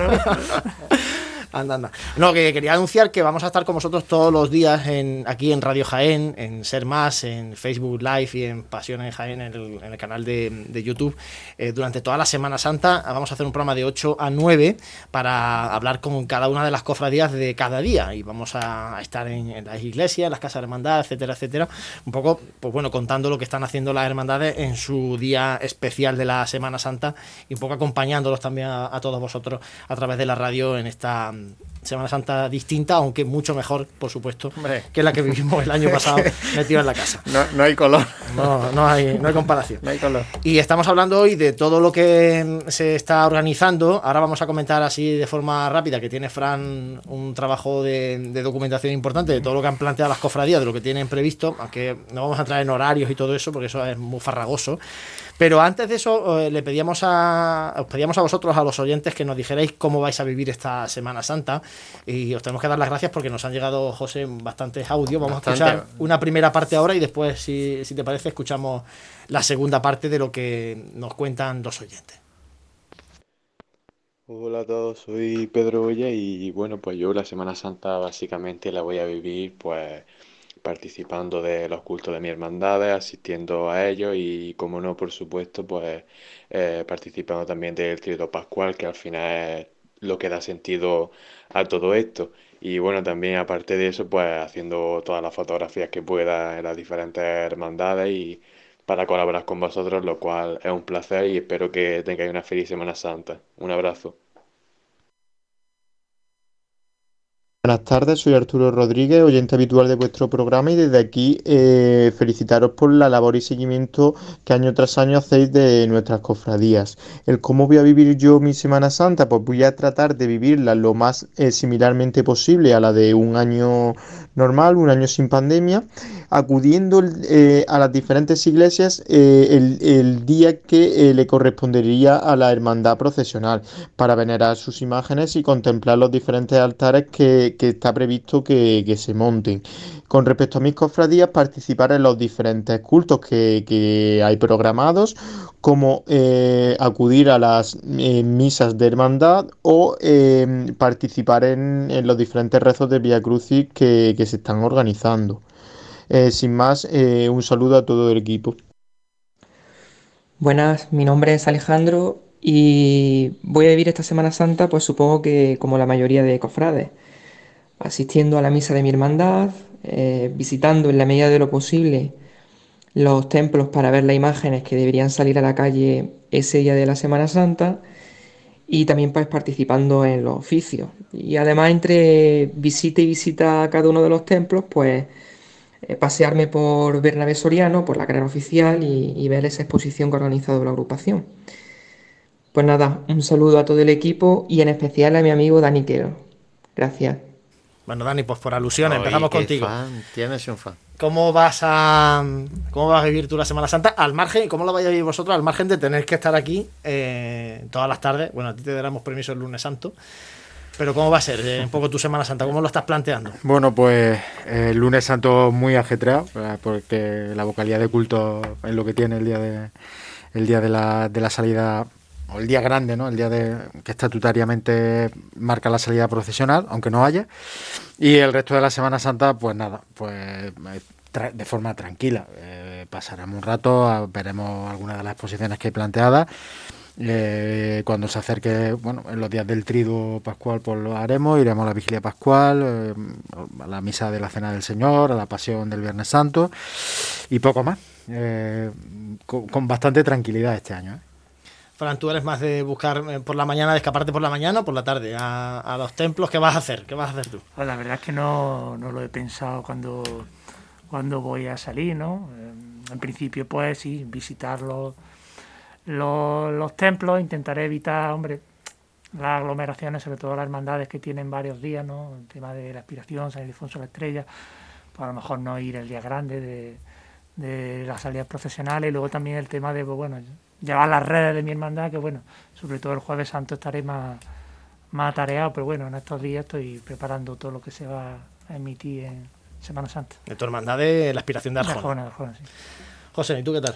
Anda. No, que quería anunciar que vamos a estar con vosotros todos los días aquí en Radio Jaén, en Ser Más, en Facebook Live y en Pasión en Jaén, en el canal de YouTube. Durante toda la Semana Santa vamos a hacer un programa de 8 a 9 para hablar con cada una de las cofradías de cada día, y vamos a estar en las iglesias, en las casas de hermandad, etcétera, etcétera, un poco, pues bueno, contando lo que están haciendo las hermandades en su día especial de la Semana Santa y un poco acompañándolos también a todos vosotros a través de la radio en esta Semana Santa distinta, aunque mucho mejor, por supuesto, que la que vivimos el año pasado metidos en la casa. No hay color. No hay comparación. No hay color. Y estamos hablando hoy de todo lo que se está organizando. Ahora vamos a comentar así de forma rápida, que tiene Fran un trabajo de documentación importante de todo lo que han planteado las cofradías, de lo que tienen previsto, aunque no vamos a entrar en horarios y todo eso, porque eso es muy farragoso. Pero antes de eso, os pedíamos a vosotros, a los oyentes, que nos dijerais cómo vais a vivir esta Semana Santa. Y os tenemos que dar las gracias porque nos han llegado, José, bastantes audios. Vamos a escuchar una primera parte ahora y después, si te parece, escuchamos la segunda parte de lo que nos cuentan los oyentes. Hola a todos, soy Pedro Oya y bueno, pues yo la Semana Santa básicamente la voy a vivir pues participando de los cultos de mi hermandad, asistiendo a ellos y, como no, por supuesto, pues participando también del Tríodo Pascual, que al final es lo que da sentido a todo esto. Y bueno, también aparte de eso, pues haciendo todas las fotografías que pueda en las diferentes hermandades y para colaborar con vosotros, lo cual es un placer y espero que tengáis una feliz Semana Santa. Un abrazo. Buenas tardes, soy Arturo Rodríguez, oyente habitual de vuestro programa, y desde aquí felicitaros por la labor y seguimiento que año tras año hacéis de nuestras cofradías. El cómo voy a vivir yo mi Semana Santa, pues voy a tratar de vivirla lo más similarmente posible a la de un año normal, un año sin pandemia, acudiendo a las diferentes iglesias el día que le correspondería a la hermandad procesional, para venerar sus imágenes y contemplar los diferentes altares que está previsto que se monten. Con respecto a mis cofradías, participar en los diferentes cultos que hay programados, como acudir a las misas de hermandad o participar en los diferentes rezos de Vía Crucis que se están organizando. Sin más, un saludo a todo el equipo. Buenas, mi nombre es Alejandro Y voy a vivir esta Semana Santa, pues supongo que como la mayoría de cofrades, asistiendo a la misa de mi hermandad, visitando en la medida de lo posible los templos para ver las imágenes que deberían salir a la calle ese día de la Semana Santa y también pues participando en los oficios. Y además entre visita y visita a cada uno de los templos, pues pasearme por Bernabé Soriano, por la carrera oficial y ver esa exposición que ha organizado la agrupación. Pues nada, un saludo a todo el equipo y en especial a mi amigo Dani Quero. Gracias. Bueno, Dani, pues por alusión, empezamos contigo. Tienes un fan. ¿Cómo vas a vivir tú la Semana Santa? Al margen, ¿cómo lo vais a vivir vosotros? Al margen de tener que estar aquí todas las tardes. Bueno, a ti te daremos permiso el lunes santo. Pero ¿cómo va a ser un poco tu Semana Santa? ¿Cómo lo estás planteando? Bueno, pues el lunes santo muy ajetreado, porque la vocalía de culto es lo que tiene el día de la salida, o el día grande, ¿no? El día que estatutariamente marca la salida procesional, aunque no haya. Y el resto de la Semana Santa, pues nada, pues de forma tranquila. Pasaremos un rato, veremos algunas de las exposiciones que hay planteadas. Cuando se acerque, bueno, en los días del triduo pascual, pues lo haremos, iremos a la vigilia pascual, a la misa de la Cena del Señor, a la pasión del Viernes Santo y poco más. Con bastante tranquilidad este año, Fran, ¿tú eres más de buscar por la mañana, de escaparte por la mañana o por la tarde a los templos? ¿Qué vas a hacer? ¿Qué vas a hacer tú? Pues la verdad es que no lo he pensado cuando voy a salir, ¿no? En principio, pues sí, visitar los templos, intentaré evitar, hombre, las aglomeraciones, sobre todo las hermandades que tienen varios días, ¿no? El tema de la Aspiración, San Ildefonso de la Estrella, pues a lo mejor no ir el día grande de las salidas profesionales, y luego también el tema de, pues bueno, llevar las redes de mi hermandad, que bueno, sobre todo el Jueves Santo estaré más atareado, pero bueno, en estos días estoy preparando todo lo que se va a emitir en Semana Santa. De tu hermandad de la Aspiración de Arjona. Arjona, sí. José, ¿y tú qué tal?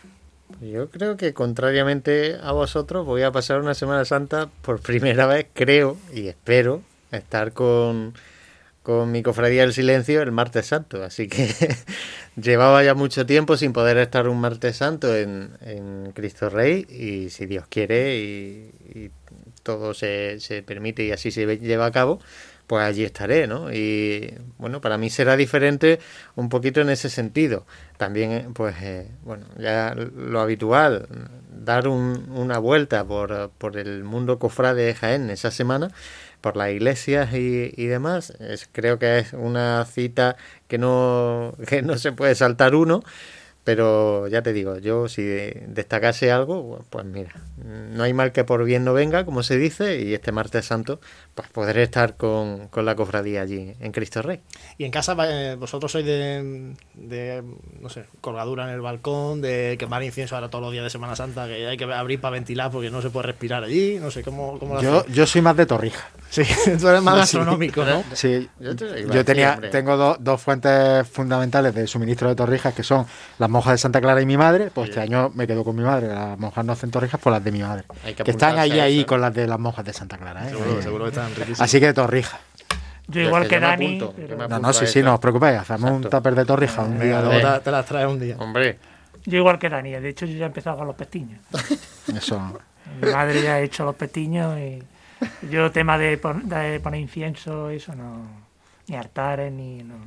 Yo creo que contrariamente a vosotros voy a pasar una Semana Santa por primera vez, creo y espero estar con mi cofradía del silencio el martes santo, así que llevaba ya mucho tiempo sin poder estar un martes santo en Cristo Rey, y si Dios quiere y todo se permite y así se lleva a cabo, pues allí estaré, ¿no? Y bueno, para mí será diferente un poquito en ese sentido. También, pues, bueno, ya lo habitual, dar una vuelta por el mundo cofrade de Jaén esa semana, por las iglesias y demás. Creo que es una cita que no se puede saltar uno. Pero ya te digo, yo si destacase algo, pues mira, no hay mal que por bien no venga, como se dice, y este martes santo pues podré estar con la cofradía allí en Cristo Rey. Y en casa vosotros sois de no sé, colgadura en el balcón, de quemar incienso ahora todos los días de Semana Santa, que hay que abrir para ventilar porque no se puede respirar allí, no sé cómo yo soy más de Torrija. Sí, tú eres más gastronómico, ¿no? Sí, yo tengo dos fuentes fundamentales de suministro de torrijas, que son las monjas de Santa Clara y mi madre. Pues este año me quedo con mi madre. Las monjas no hacen torrijas, pues las de mi madre, que están ahí con las de las monjas de Santa Clara, seguro que están riquísimas. Así que torrija. Yo igual que Dani, sí, no os preocupéis, hacemos un tupper de torrija un día. Luego te las traes un día. Hombre, yo igual que Dani, de hecho yo ya he empezado con los pestiños. Eso. Mi madre ya ha hecho los pestiños y yo tema de poner incienso, eso no, ni altares, ni no.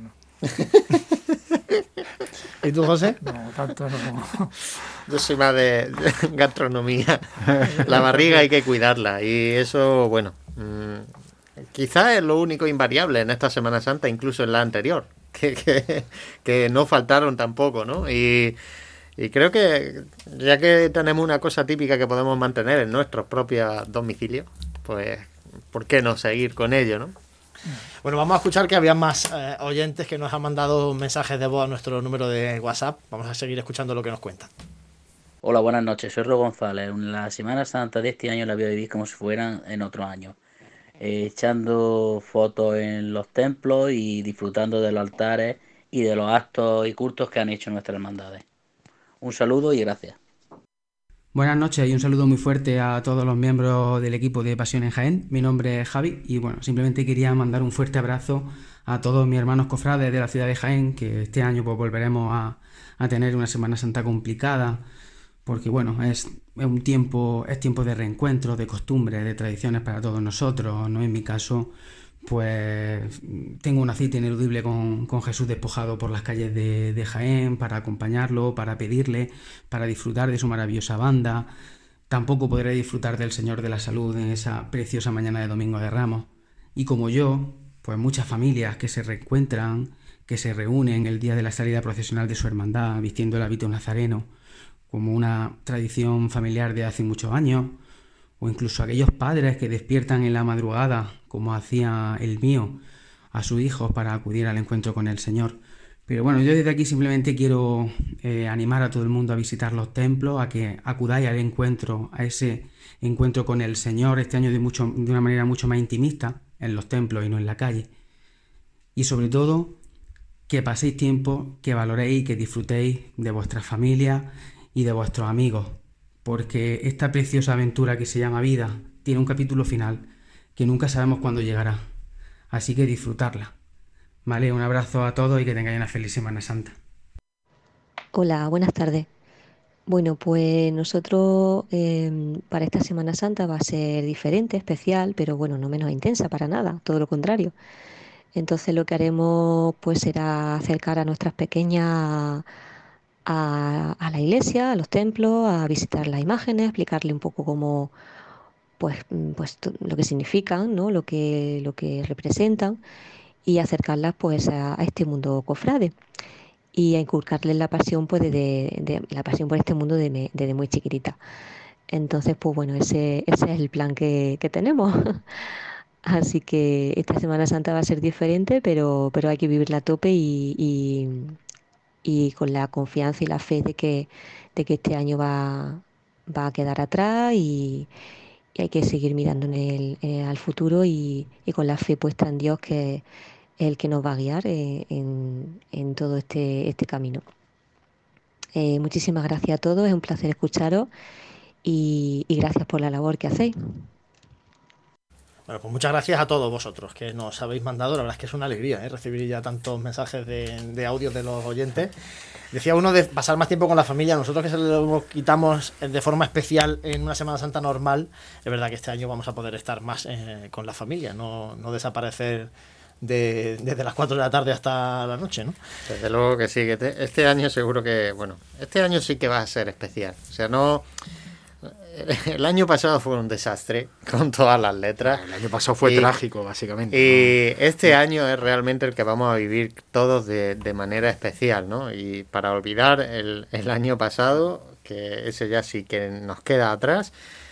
¿Y tú, José? No, tanto no. Yo soy más de gastronomía. La barriga hay que cuidarla, y eso, bueno, quizás es lo único invariable en esta Semana Santa, incluso en la anterior, que no faltaron tampoco, ¿no? Y creo que ya que tenemos una cosa típica que podemos mantener en nuestros propios domicilios, pues ¿por qué no seguir con ello, no? Bueno, vamos a escuchar que había más oyentes que nos han mandado mensajes de voz a nuestro número de WhatsApp. Vamos a seguir escuchando lo que nos cuentan. Hola, buenas noches, soy Ro González. La Semana Santa de este año la voy a vivir como si fueran en otro año, echando fotos en los templos y disfrutando de los altares y de los actos y cultos que han hecho nuestras hermandades. Un saludo y gracias. Buenas noches y un saludo muy fuerte a todos los miembros del equipo de Pasión en Jaén. Mi nombre es Javi y bueno, simplemente quería mandar un fuerte abrazo a todos mis hermanos cofrades de la ciudad de Jaén, que este año pues volveremos a tener una Semana Santa complicada porque bueno, es tiempo de reencuentro, de costumbres, de tradiciones para todos nosotros, ¿no? En mi caso, pues tengo una cita ineludible con Jesús despojado por las calles de Jaén, para acompañarlo, para pedirle, para disfrutar de su maravillosa banda. Tampoco podré disfrutar del Señor de la Salud en esa preciosa mañana de Domingo de Ramos. Y como yo, pues muchas familias que se reencuentran, que se reúnen el día de la salida procesional de su hermandad, vistiendo el hábito nazareno, como una tradición familiar de hace muchos años, o incluso aquellos padres que despiertan en la madrugada, como hacía el mío, a sus hijos para acudir al encuentro con el Señor. Pero bueno, yo desde aquí simplemente quiero animar a todo el mundo a visitar los templos, a que acudáis al encuentro, a ese encuentro con el Señor este año de una manera mucho más intimista, en los templos y no en la calle. Y sobre todo, que paséis tiempo, que valoréis y que disfrutéis de vuestras familias y de vuestros amigos, porque esta preciosa aventura que se llama vida tiene un capítulo final que nunca sabemos cuándo llegará, así que disfrutarla. Vale, un abrazo a todos y que tengáis una feliz Semana Santa. Hola, buenas tardes. Bueno, pues nosotros para esta Semana Santa va a ser diferente, especial, pero bueno, no menos intensa para nada, todo lo contrario. Entonces lo que haremos pues será acercar a nuestras pequeñas a la iglesia, a los templos, a visitar las imágenes, explicarle un poco cómo, pues lo que significan, ¿no? Lo que representan y acercarlas pues a este mundo cofrade y a inculcarles la pasión pues la pasión por este mundo desde muy chiquitita. Entonces, pues bueno, ese es el plan que tenemos. Así que esta Semana Santa va a ser diferente, pero hay que vivirla a tope y con la confianza y la fe de que este año va a quedar atrás y hay que seguir mirando al futuro y con la fe puesta en Dios, que es el que nos va a guiar en todo este camino. Muchísimas gracias a todos, es un placer escucharos y gracias por la labor que hacéis. Bueno, pues muchas gracias a todos vosotros que nos habéis mandado. La verdad es que es una alegría recibir ya tantos mensajes de audio de los oyentes. Decía uno de pasar más tiempo con la familia. Nosotros que se lo quitamos de forma especial en una Semana Santa normal, es verdad que este año vamos a poder estar más con la familia, no desaparecer desde las 4 de la tarde hasta la noche, ¿no? Desde luego que sí, que este año seguro que, bueno, este año sí que va a ser especial. O sea, no... El año pasado fue un desastre con todas las letras. El año pasado fue trágico, básicamente. Y este año es realmente el que vamos a vivir todos de manera especial, ¿no? Y para olvidar el año pasado, que ese ya sí que nos queda atrás.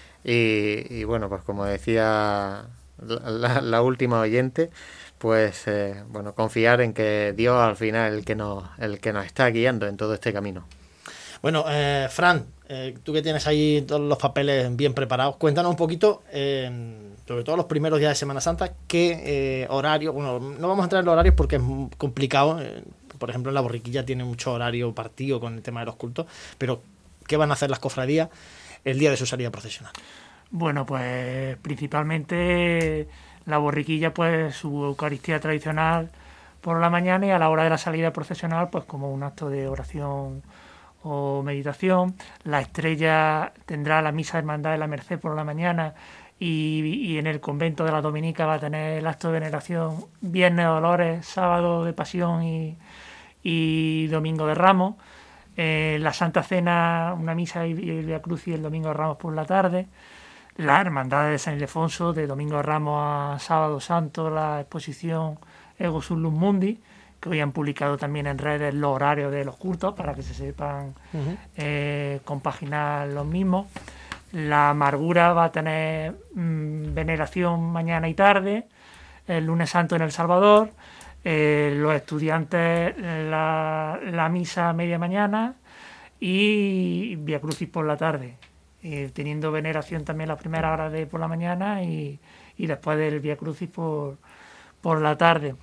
Y bueno, pues como decía la última oyente, pues bueno, confiar en que Dios al final es el que nos está guiando en todo este camino. Bueno, Fran, tú que tienes ahí todos los papeles bien preparados, cuéntanos un poquito, sobre todo los primeros días de Semana Santa, qué horario, bueno, no vamos a entrar en los horarios porque es complicado, por ejemplo en la Borriquilla tiene mucho horario partido con el tema de los cultos, pero ¿qué van a hacer las cofradías el día de su salida procesional? Bueno, pues principalmente la Borriquilla, pues su Eucaristía tradicional por la mañana y a la hora de la salida procesional, pues como un acto de oración o meditación. La Estrella tendrá la misa de Hermandad de la Merced por la mañana y en el convento de la Dominica va a tener el acto de veneración Viernes de Dolores, Sábado de Pasión y Domingo de Ramos. La Santa Cena, una misa y el Via Crucis el Domingo de Ramos por la tarde. La Hermandad de San Ildefonso, de Domingo de Ramos a Sábado Santo, la exposición Ego Sullum Mundi, que hoy han publicado también en redes los horarios de los cultos para que se sepan compaginar los mismos. La Amargura va a tener veneración mañana y tarde, el lunes santo en El Salvador, los estudiantes la misa a media mañana y Via Crucis por la tarde, teniendo veneración también las primeras horas por la mañana y después del Via Crucis por la tarde.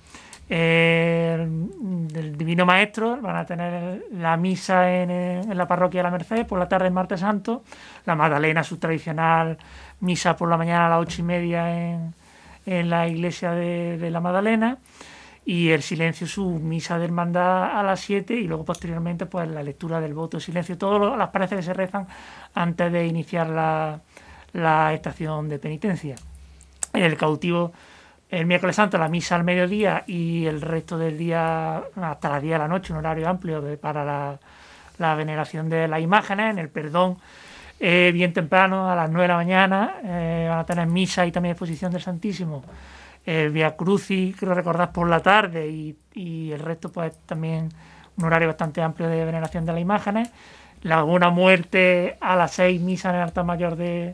Del Divino Maestro van a tener la misa en la parroquia de la Merced por la tarde el martes santo, la Magdalena, su tradicional misa por la mañana a las 8:30 en la iglesia de la Magdalena, y el silencio, su misa de hermandad a las 7 y luego posteriormente pues la lectura del voto de silencio, todas las preces que se rezan antes de iniciar la estación de penitencia. El cautivo el miércoles santo la misa al mediodía y el resto del día hasta las 10 de la noche, un horario amplio para la veneración de las imágenes. En el perdón, bien temprano, a las 9 de la mañana, van a tener misa y también exposición del Santísimo. El Via Crucis, creo recordar, por la tarde y el resto pues también un horario bastante amplio de veneración de las imágenes. La Buena Muerte a las 6, misa en el altar mayor de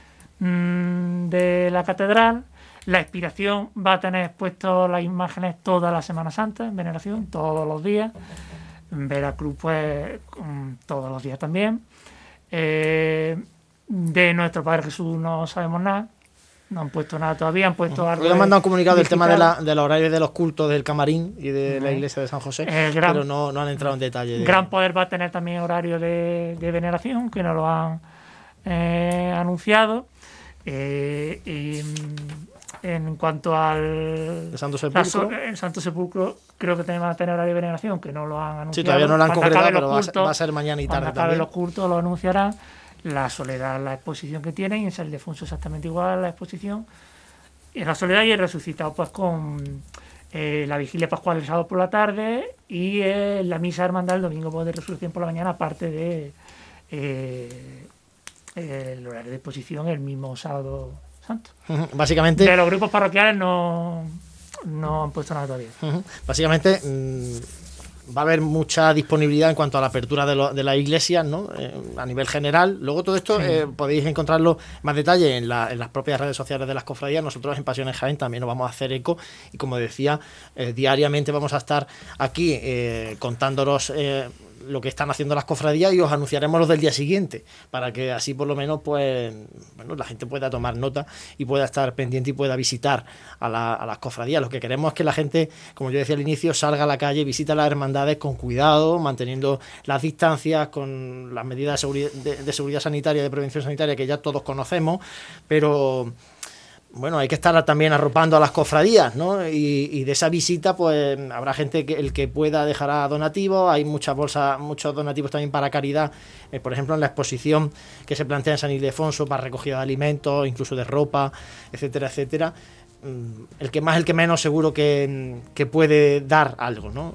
la catedral. La expiración va a tener expuestas las imágenes toda la Semana Santa en veneración, todos los días. En Veracruz, pues, todos los días también. De nuestro Padre Jesús no sabemos nada. No han puesto nada todavía, han puesto algo. Hoy han mandado un comunicado del tema del horario de los cultos del Camarín y de la iglesia de San José, pero no han entrado en detalle. Gran Poder va a tener también horario de veneración, que nos lo han anunciado. En cuanto al Santo Sepulcro, el Santo Sepulcro creo que también va a tener horario de veneración, que no lo han anunciado. Sí, todavía no lo han concretado, pero va a ser mañana y tarde cuando también. Los cultos lo anunciarán. La Soledad, la exposición que tienen, y en San Ildefonso exactamente igual la exposición. En la Soledad y el Resucitado, pues con la vigilia pascual el sábado por la tarde y la misa hermandad el domingo pues, de Resurrección por la mañana, aparte de el horario de exposición el mismo sábado santo. Básicamente, de los grupos parroquiales no han puesto nada todavía. Básicamente va a haber mucha disponibilidad en cuanto a la apertura de la iglesia, ¿no? A nivel general. Luego todo esto podéis encontrarlo más detalle en las propias redes sociales de las cofradías. Nosotros en Pasiones Jaén también nos vamos a hacer eco y, como decía, diariamente vamos a estar aquí contándonos lo que están haciendo las cofradías y os anunciaremos los del día siguiente, para que así por lo menos pues bueno, la gente pueda tomar nota y pueda estar pendiente y pueda visitar a las cofradías. Lo que queremos es que la gente, como yo decía al inicio, salga a la calle, visita las hermandades con cuidado, manteniendo las distancias, con las medidas de seguridad sanitaria, de prevención sanitaria que ya todos conocemos, pero bueno, hay que estar también arropando a las cofradías, ¿no? Y de esa visita, pues habrá gente el que pueda dejará donativos. Hay muchas bolsas, muchos donativos también para caridad. Por ejemplo, en la exposición que se plantea en San Ildefonso para recogida de alimentos, incluso de ropa, etcétera, etcétera. El que más, el que menos, seguro que puede dar algo, ¿no?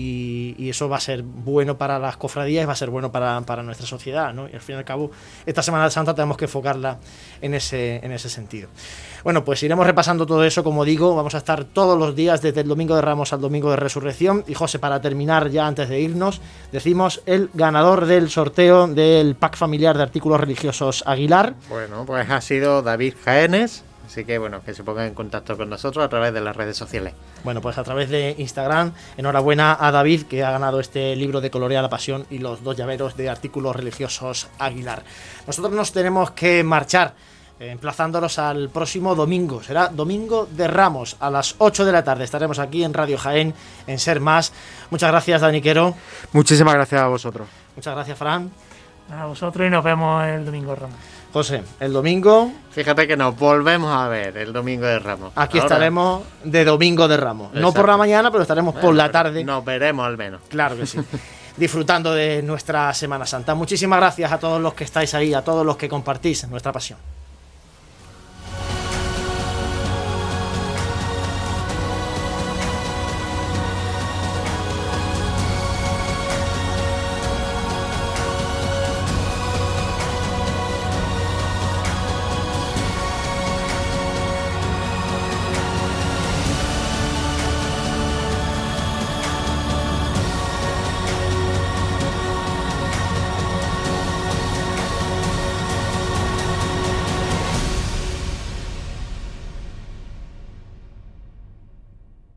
Y eso va a ser bueno para las cofradías y va a ser bueno para nuestra sociedad, ¿no? Y al fin y al cabo, esta Semana Santa tenemos que enfocarla en ese sentido. Bueno, pues iremos repasando todo eso, como digo, vamos a estar todos los días desde el Domingo de Ramos al Domingo de Resurrección. Y José, para terminar ya antes de irnos, decimos el ganador del sorteo del pack familiar de artículos religiosos Aguilar. Bueno, pues ha sido David Jaénes. Así que bueno, que se pongan en contacto con nosotros a través de las redes sociales. Bueno, pues a través de Instagram. Enhorabuena a David, que ha ganado este libro de Colorea la Pasión y los 2 llaveros de artículos religiosos Aguilar. Nosotros nos tenemos que marchar, emplazándonos al próximo domingo. Será Domingo de Ramos a las 8 de la tarde. Estaremos aquí en Radio Jaén, en Ser Más. Muchas gracias, Dani Quero. Muchísimas gracias a vosotros. Muchas gracias, Fran. A vosotros y nos vemos el Domingo de Ramos. José, el domingo... Fíjate que nos volvemos a ver el Domingo de Ramos. Aquí estaremos de Domingo de Ramos. Exacto. No por la mañana, pero estaremos por la tarde. Nos veremos al menos. Claro que sí. Disfrutando de nuestra Semana Santa. Muchísimas gracias a todos los que estáis ahí, a todos los que compartís nuestra pasión.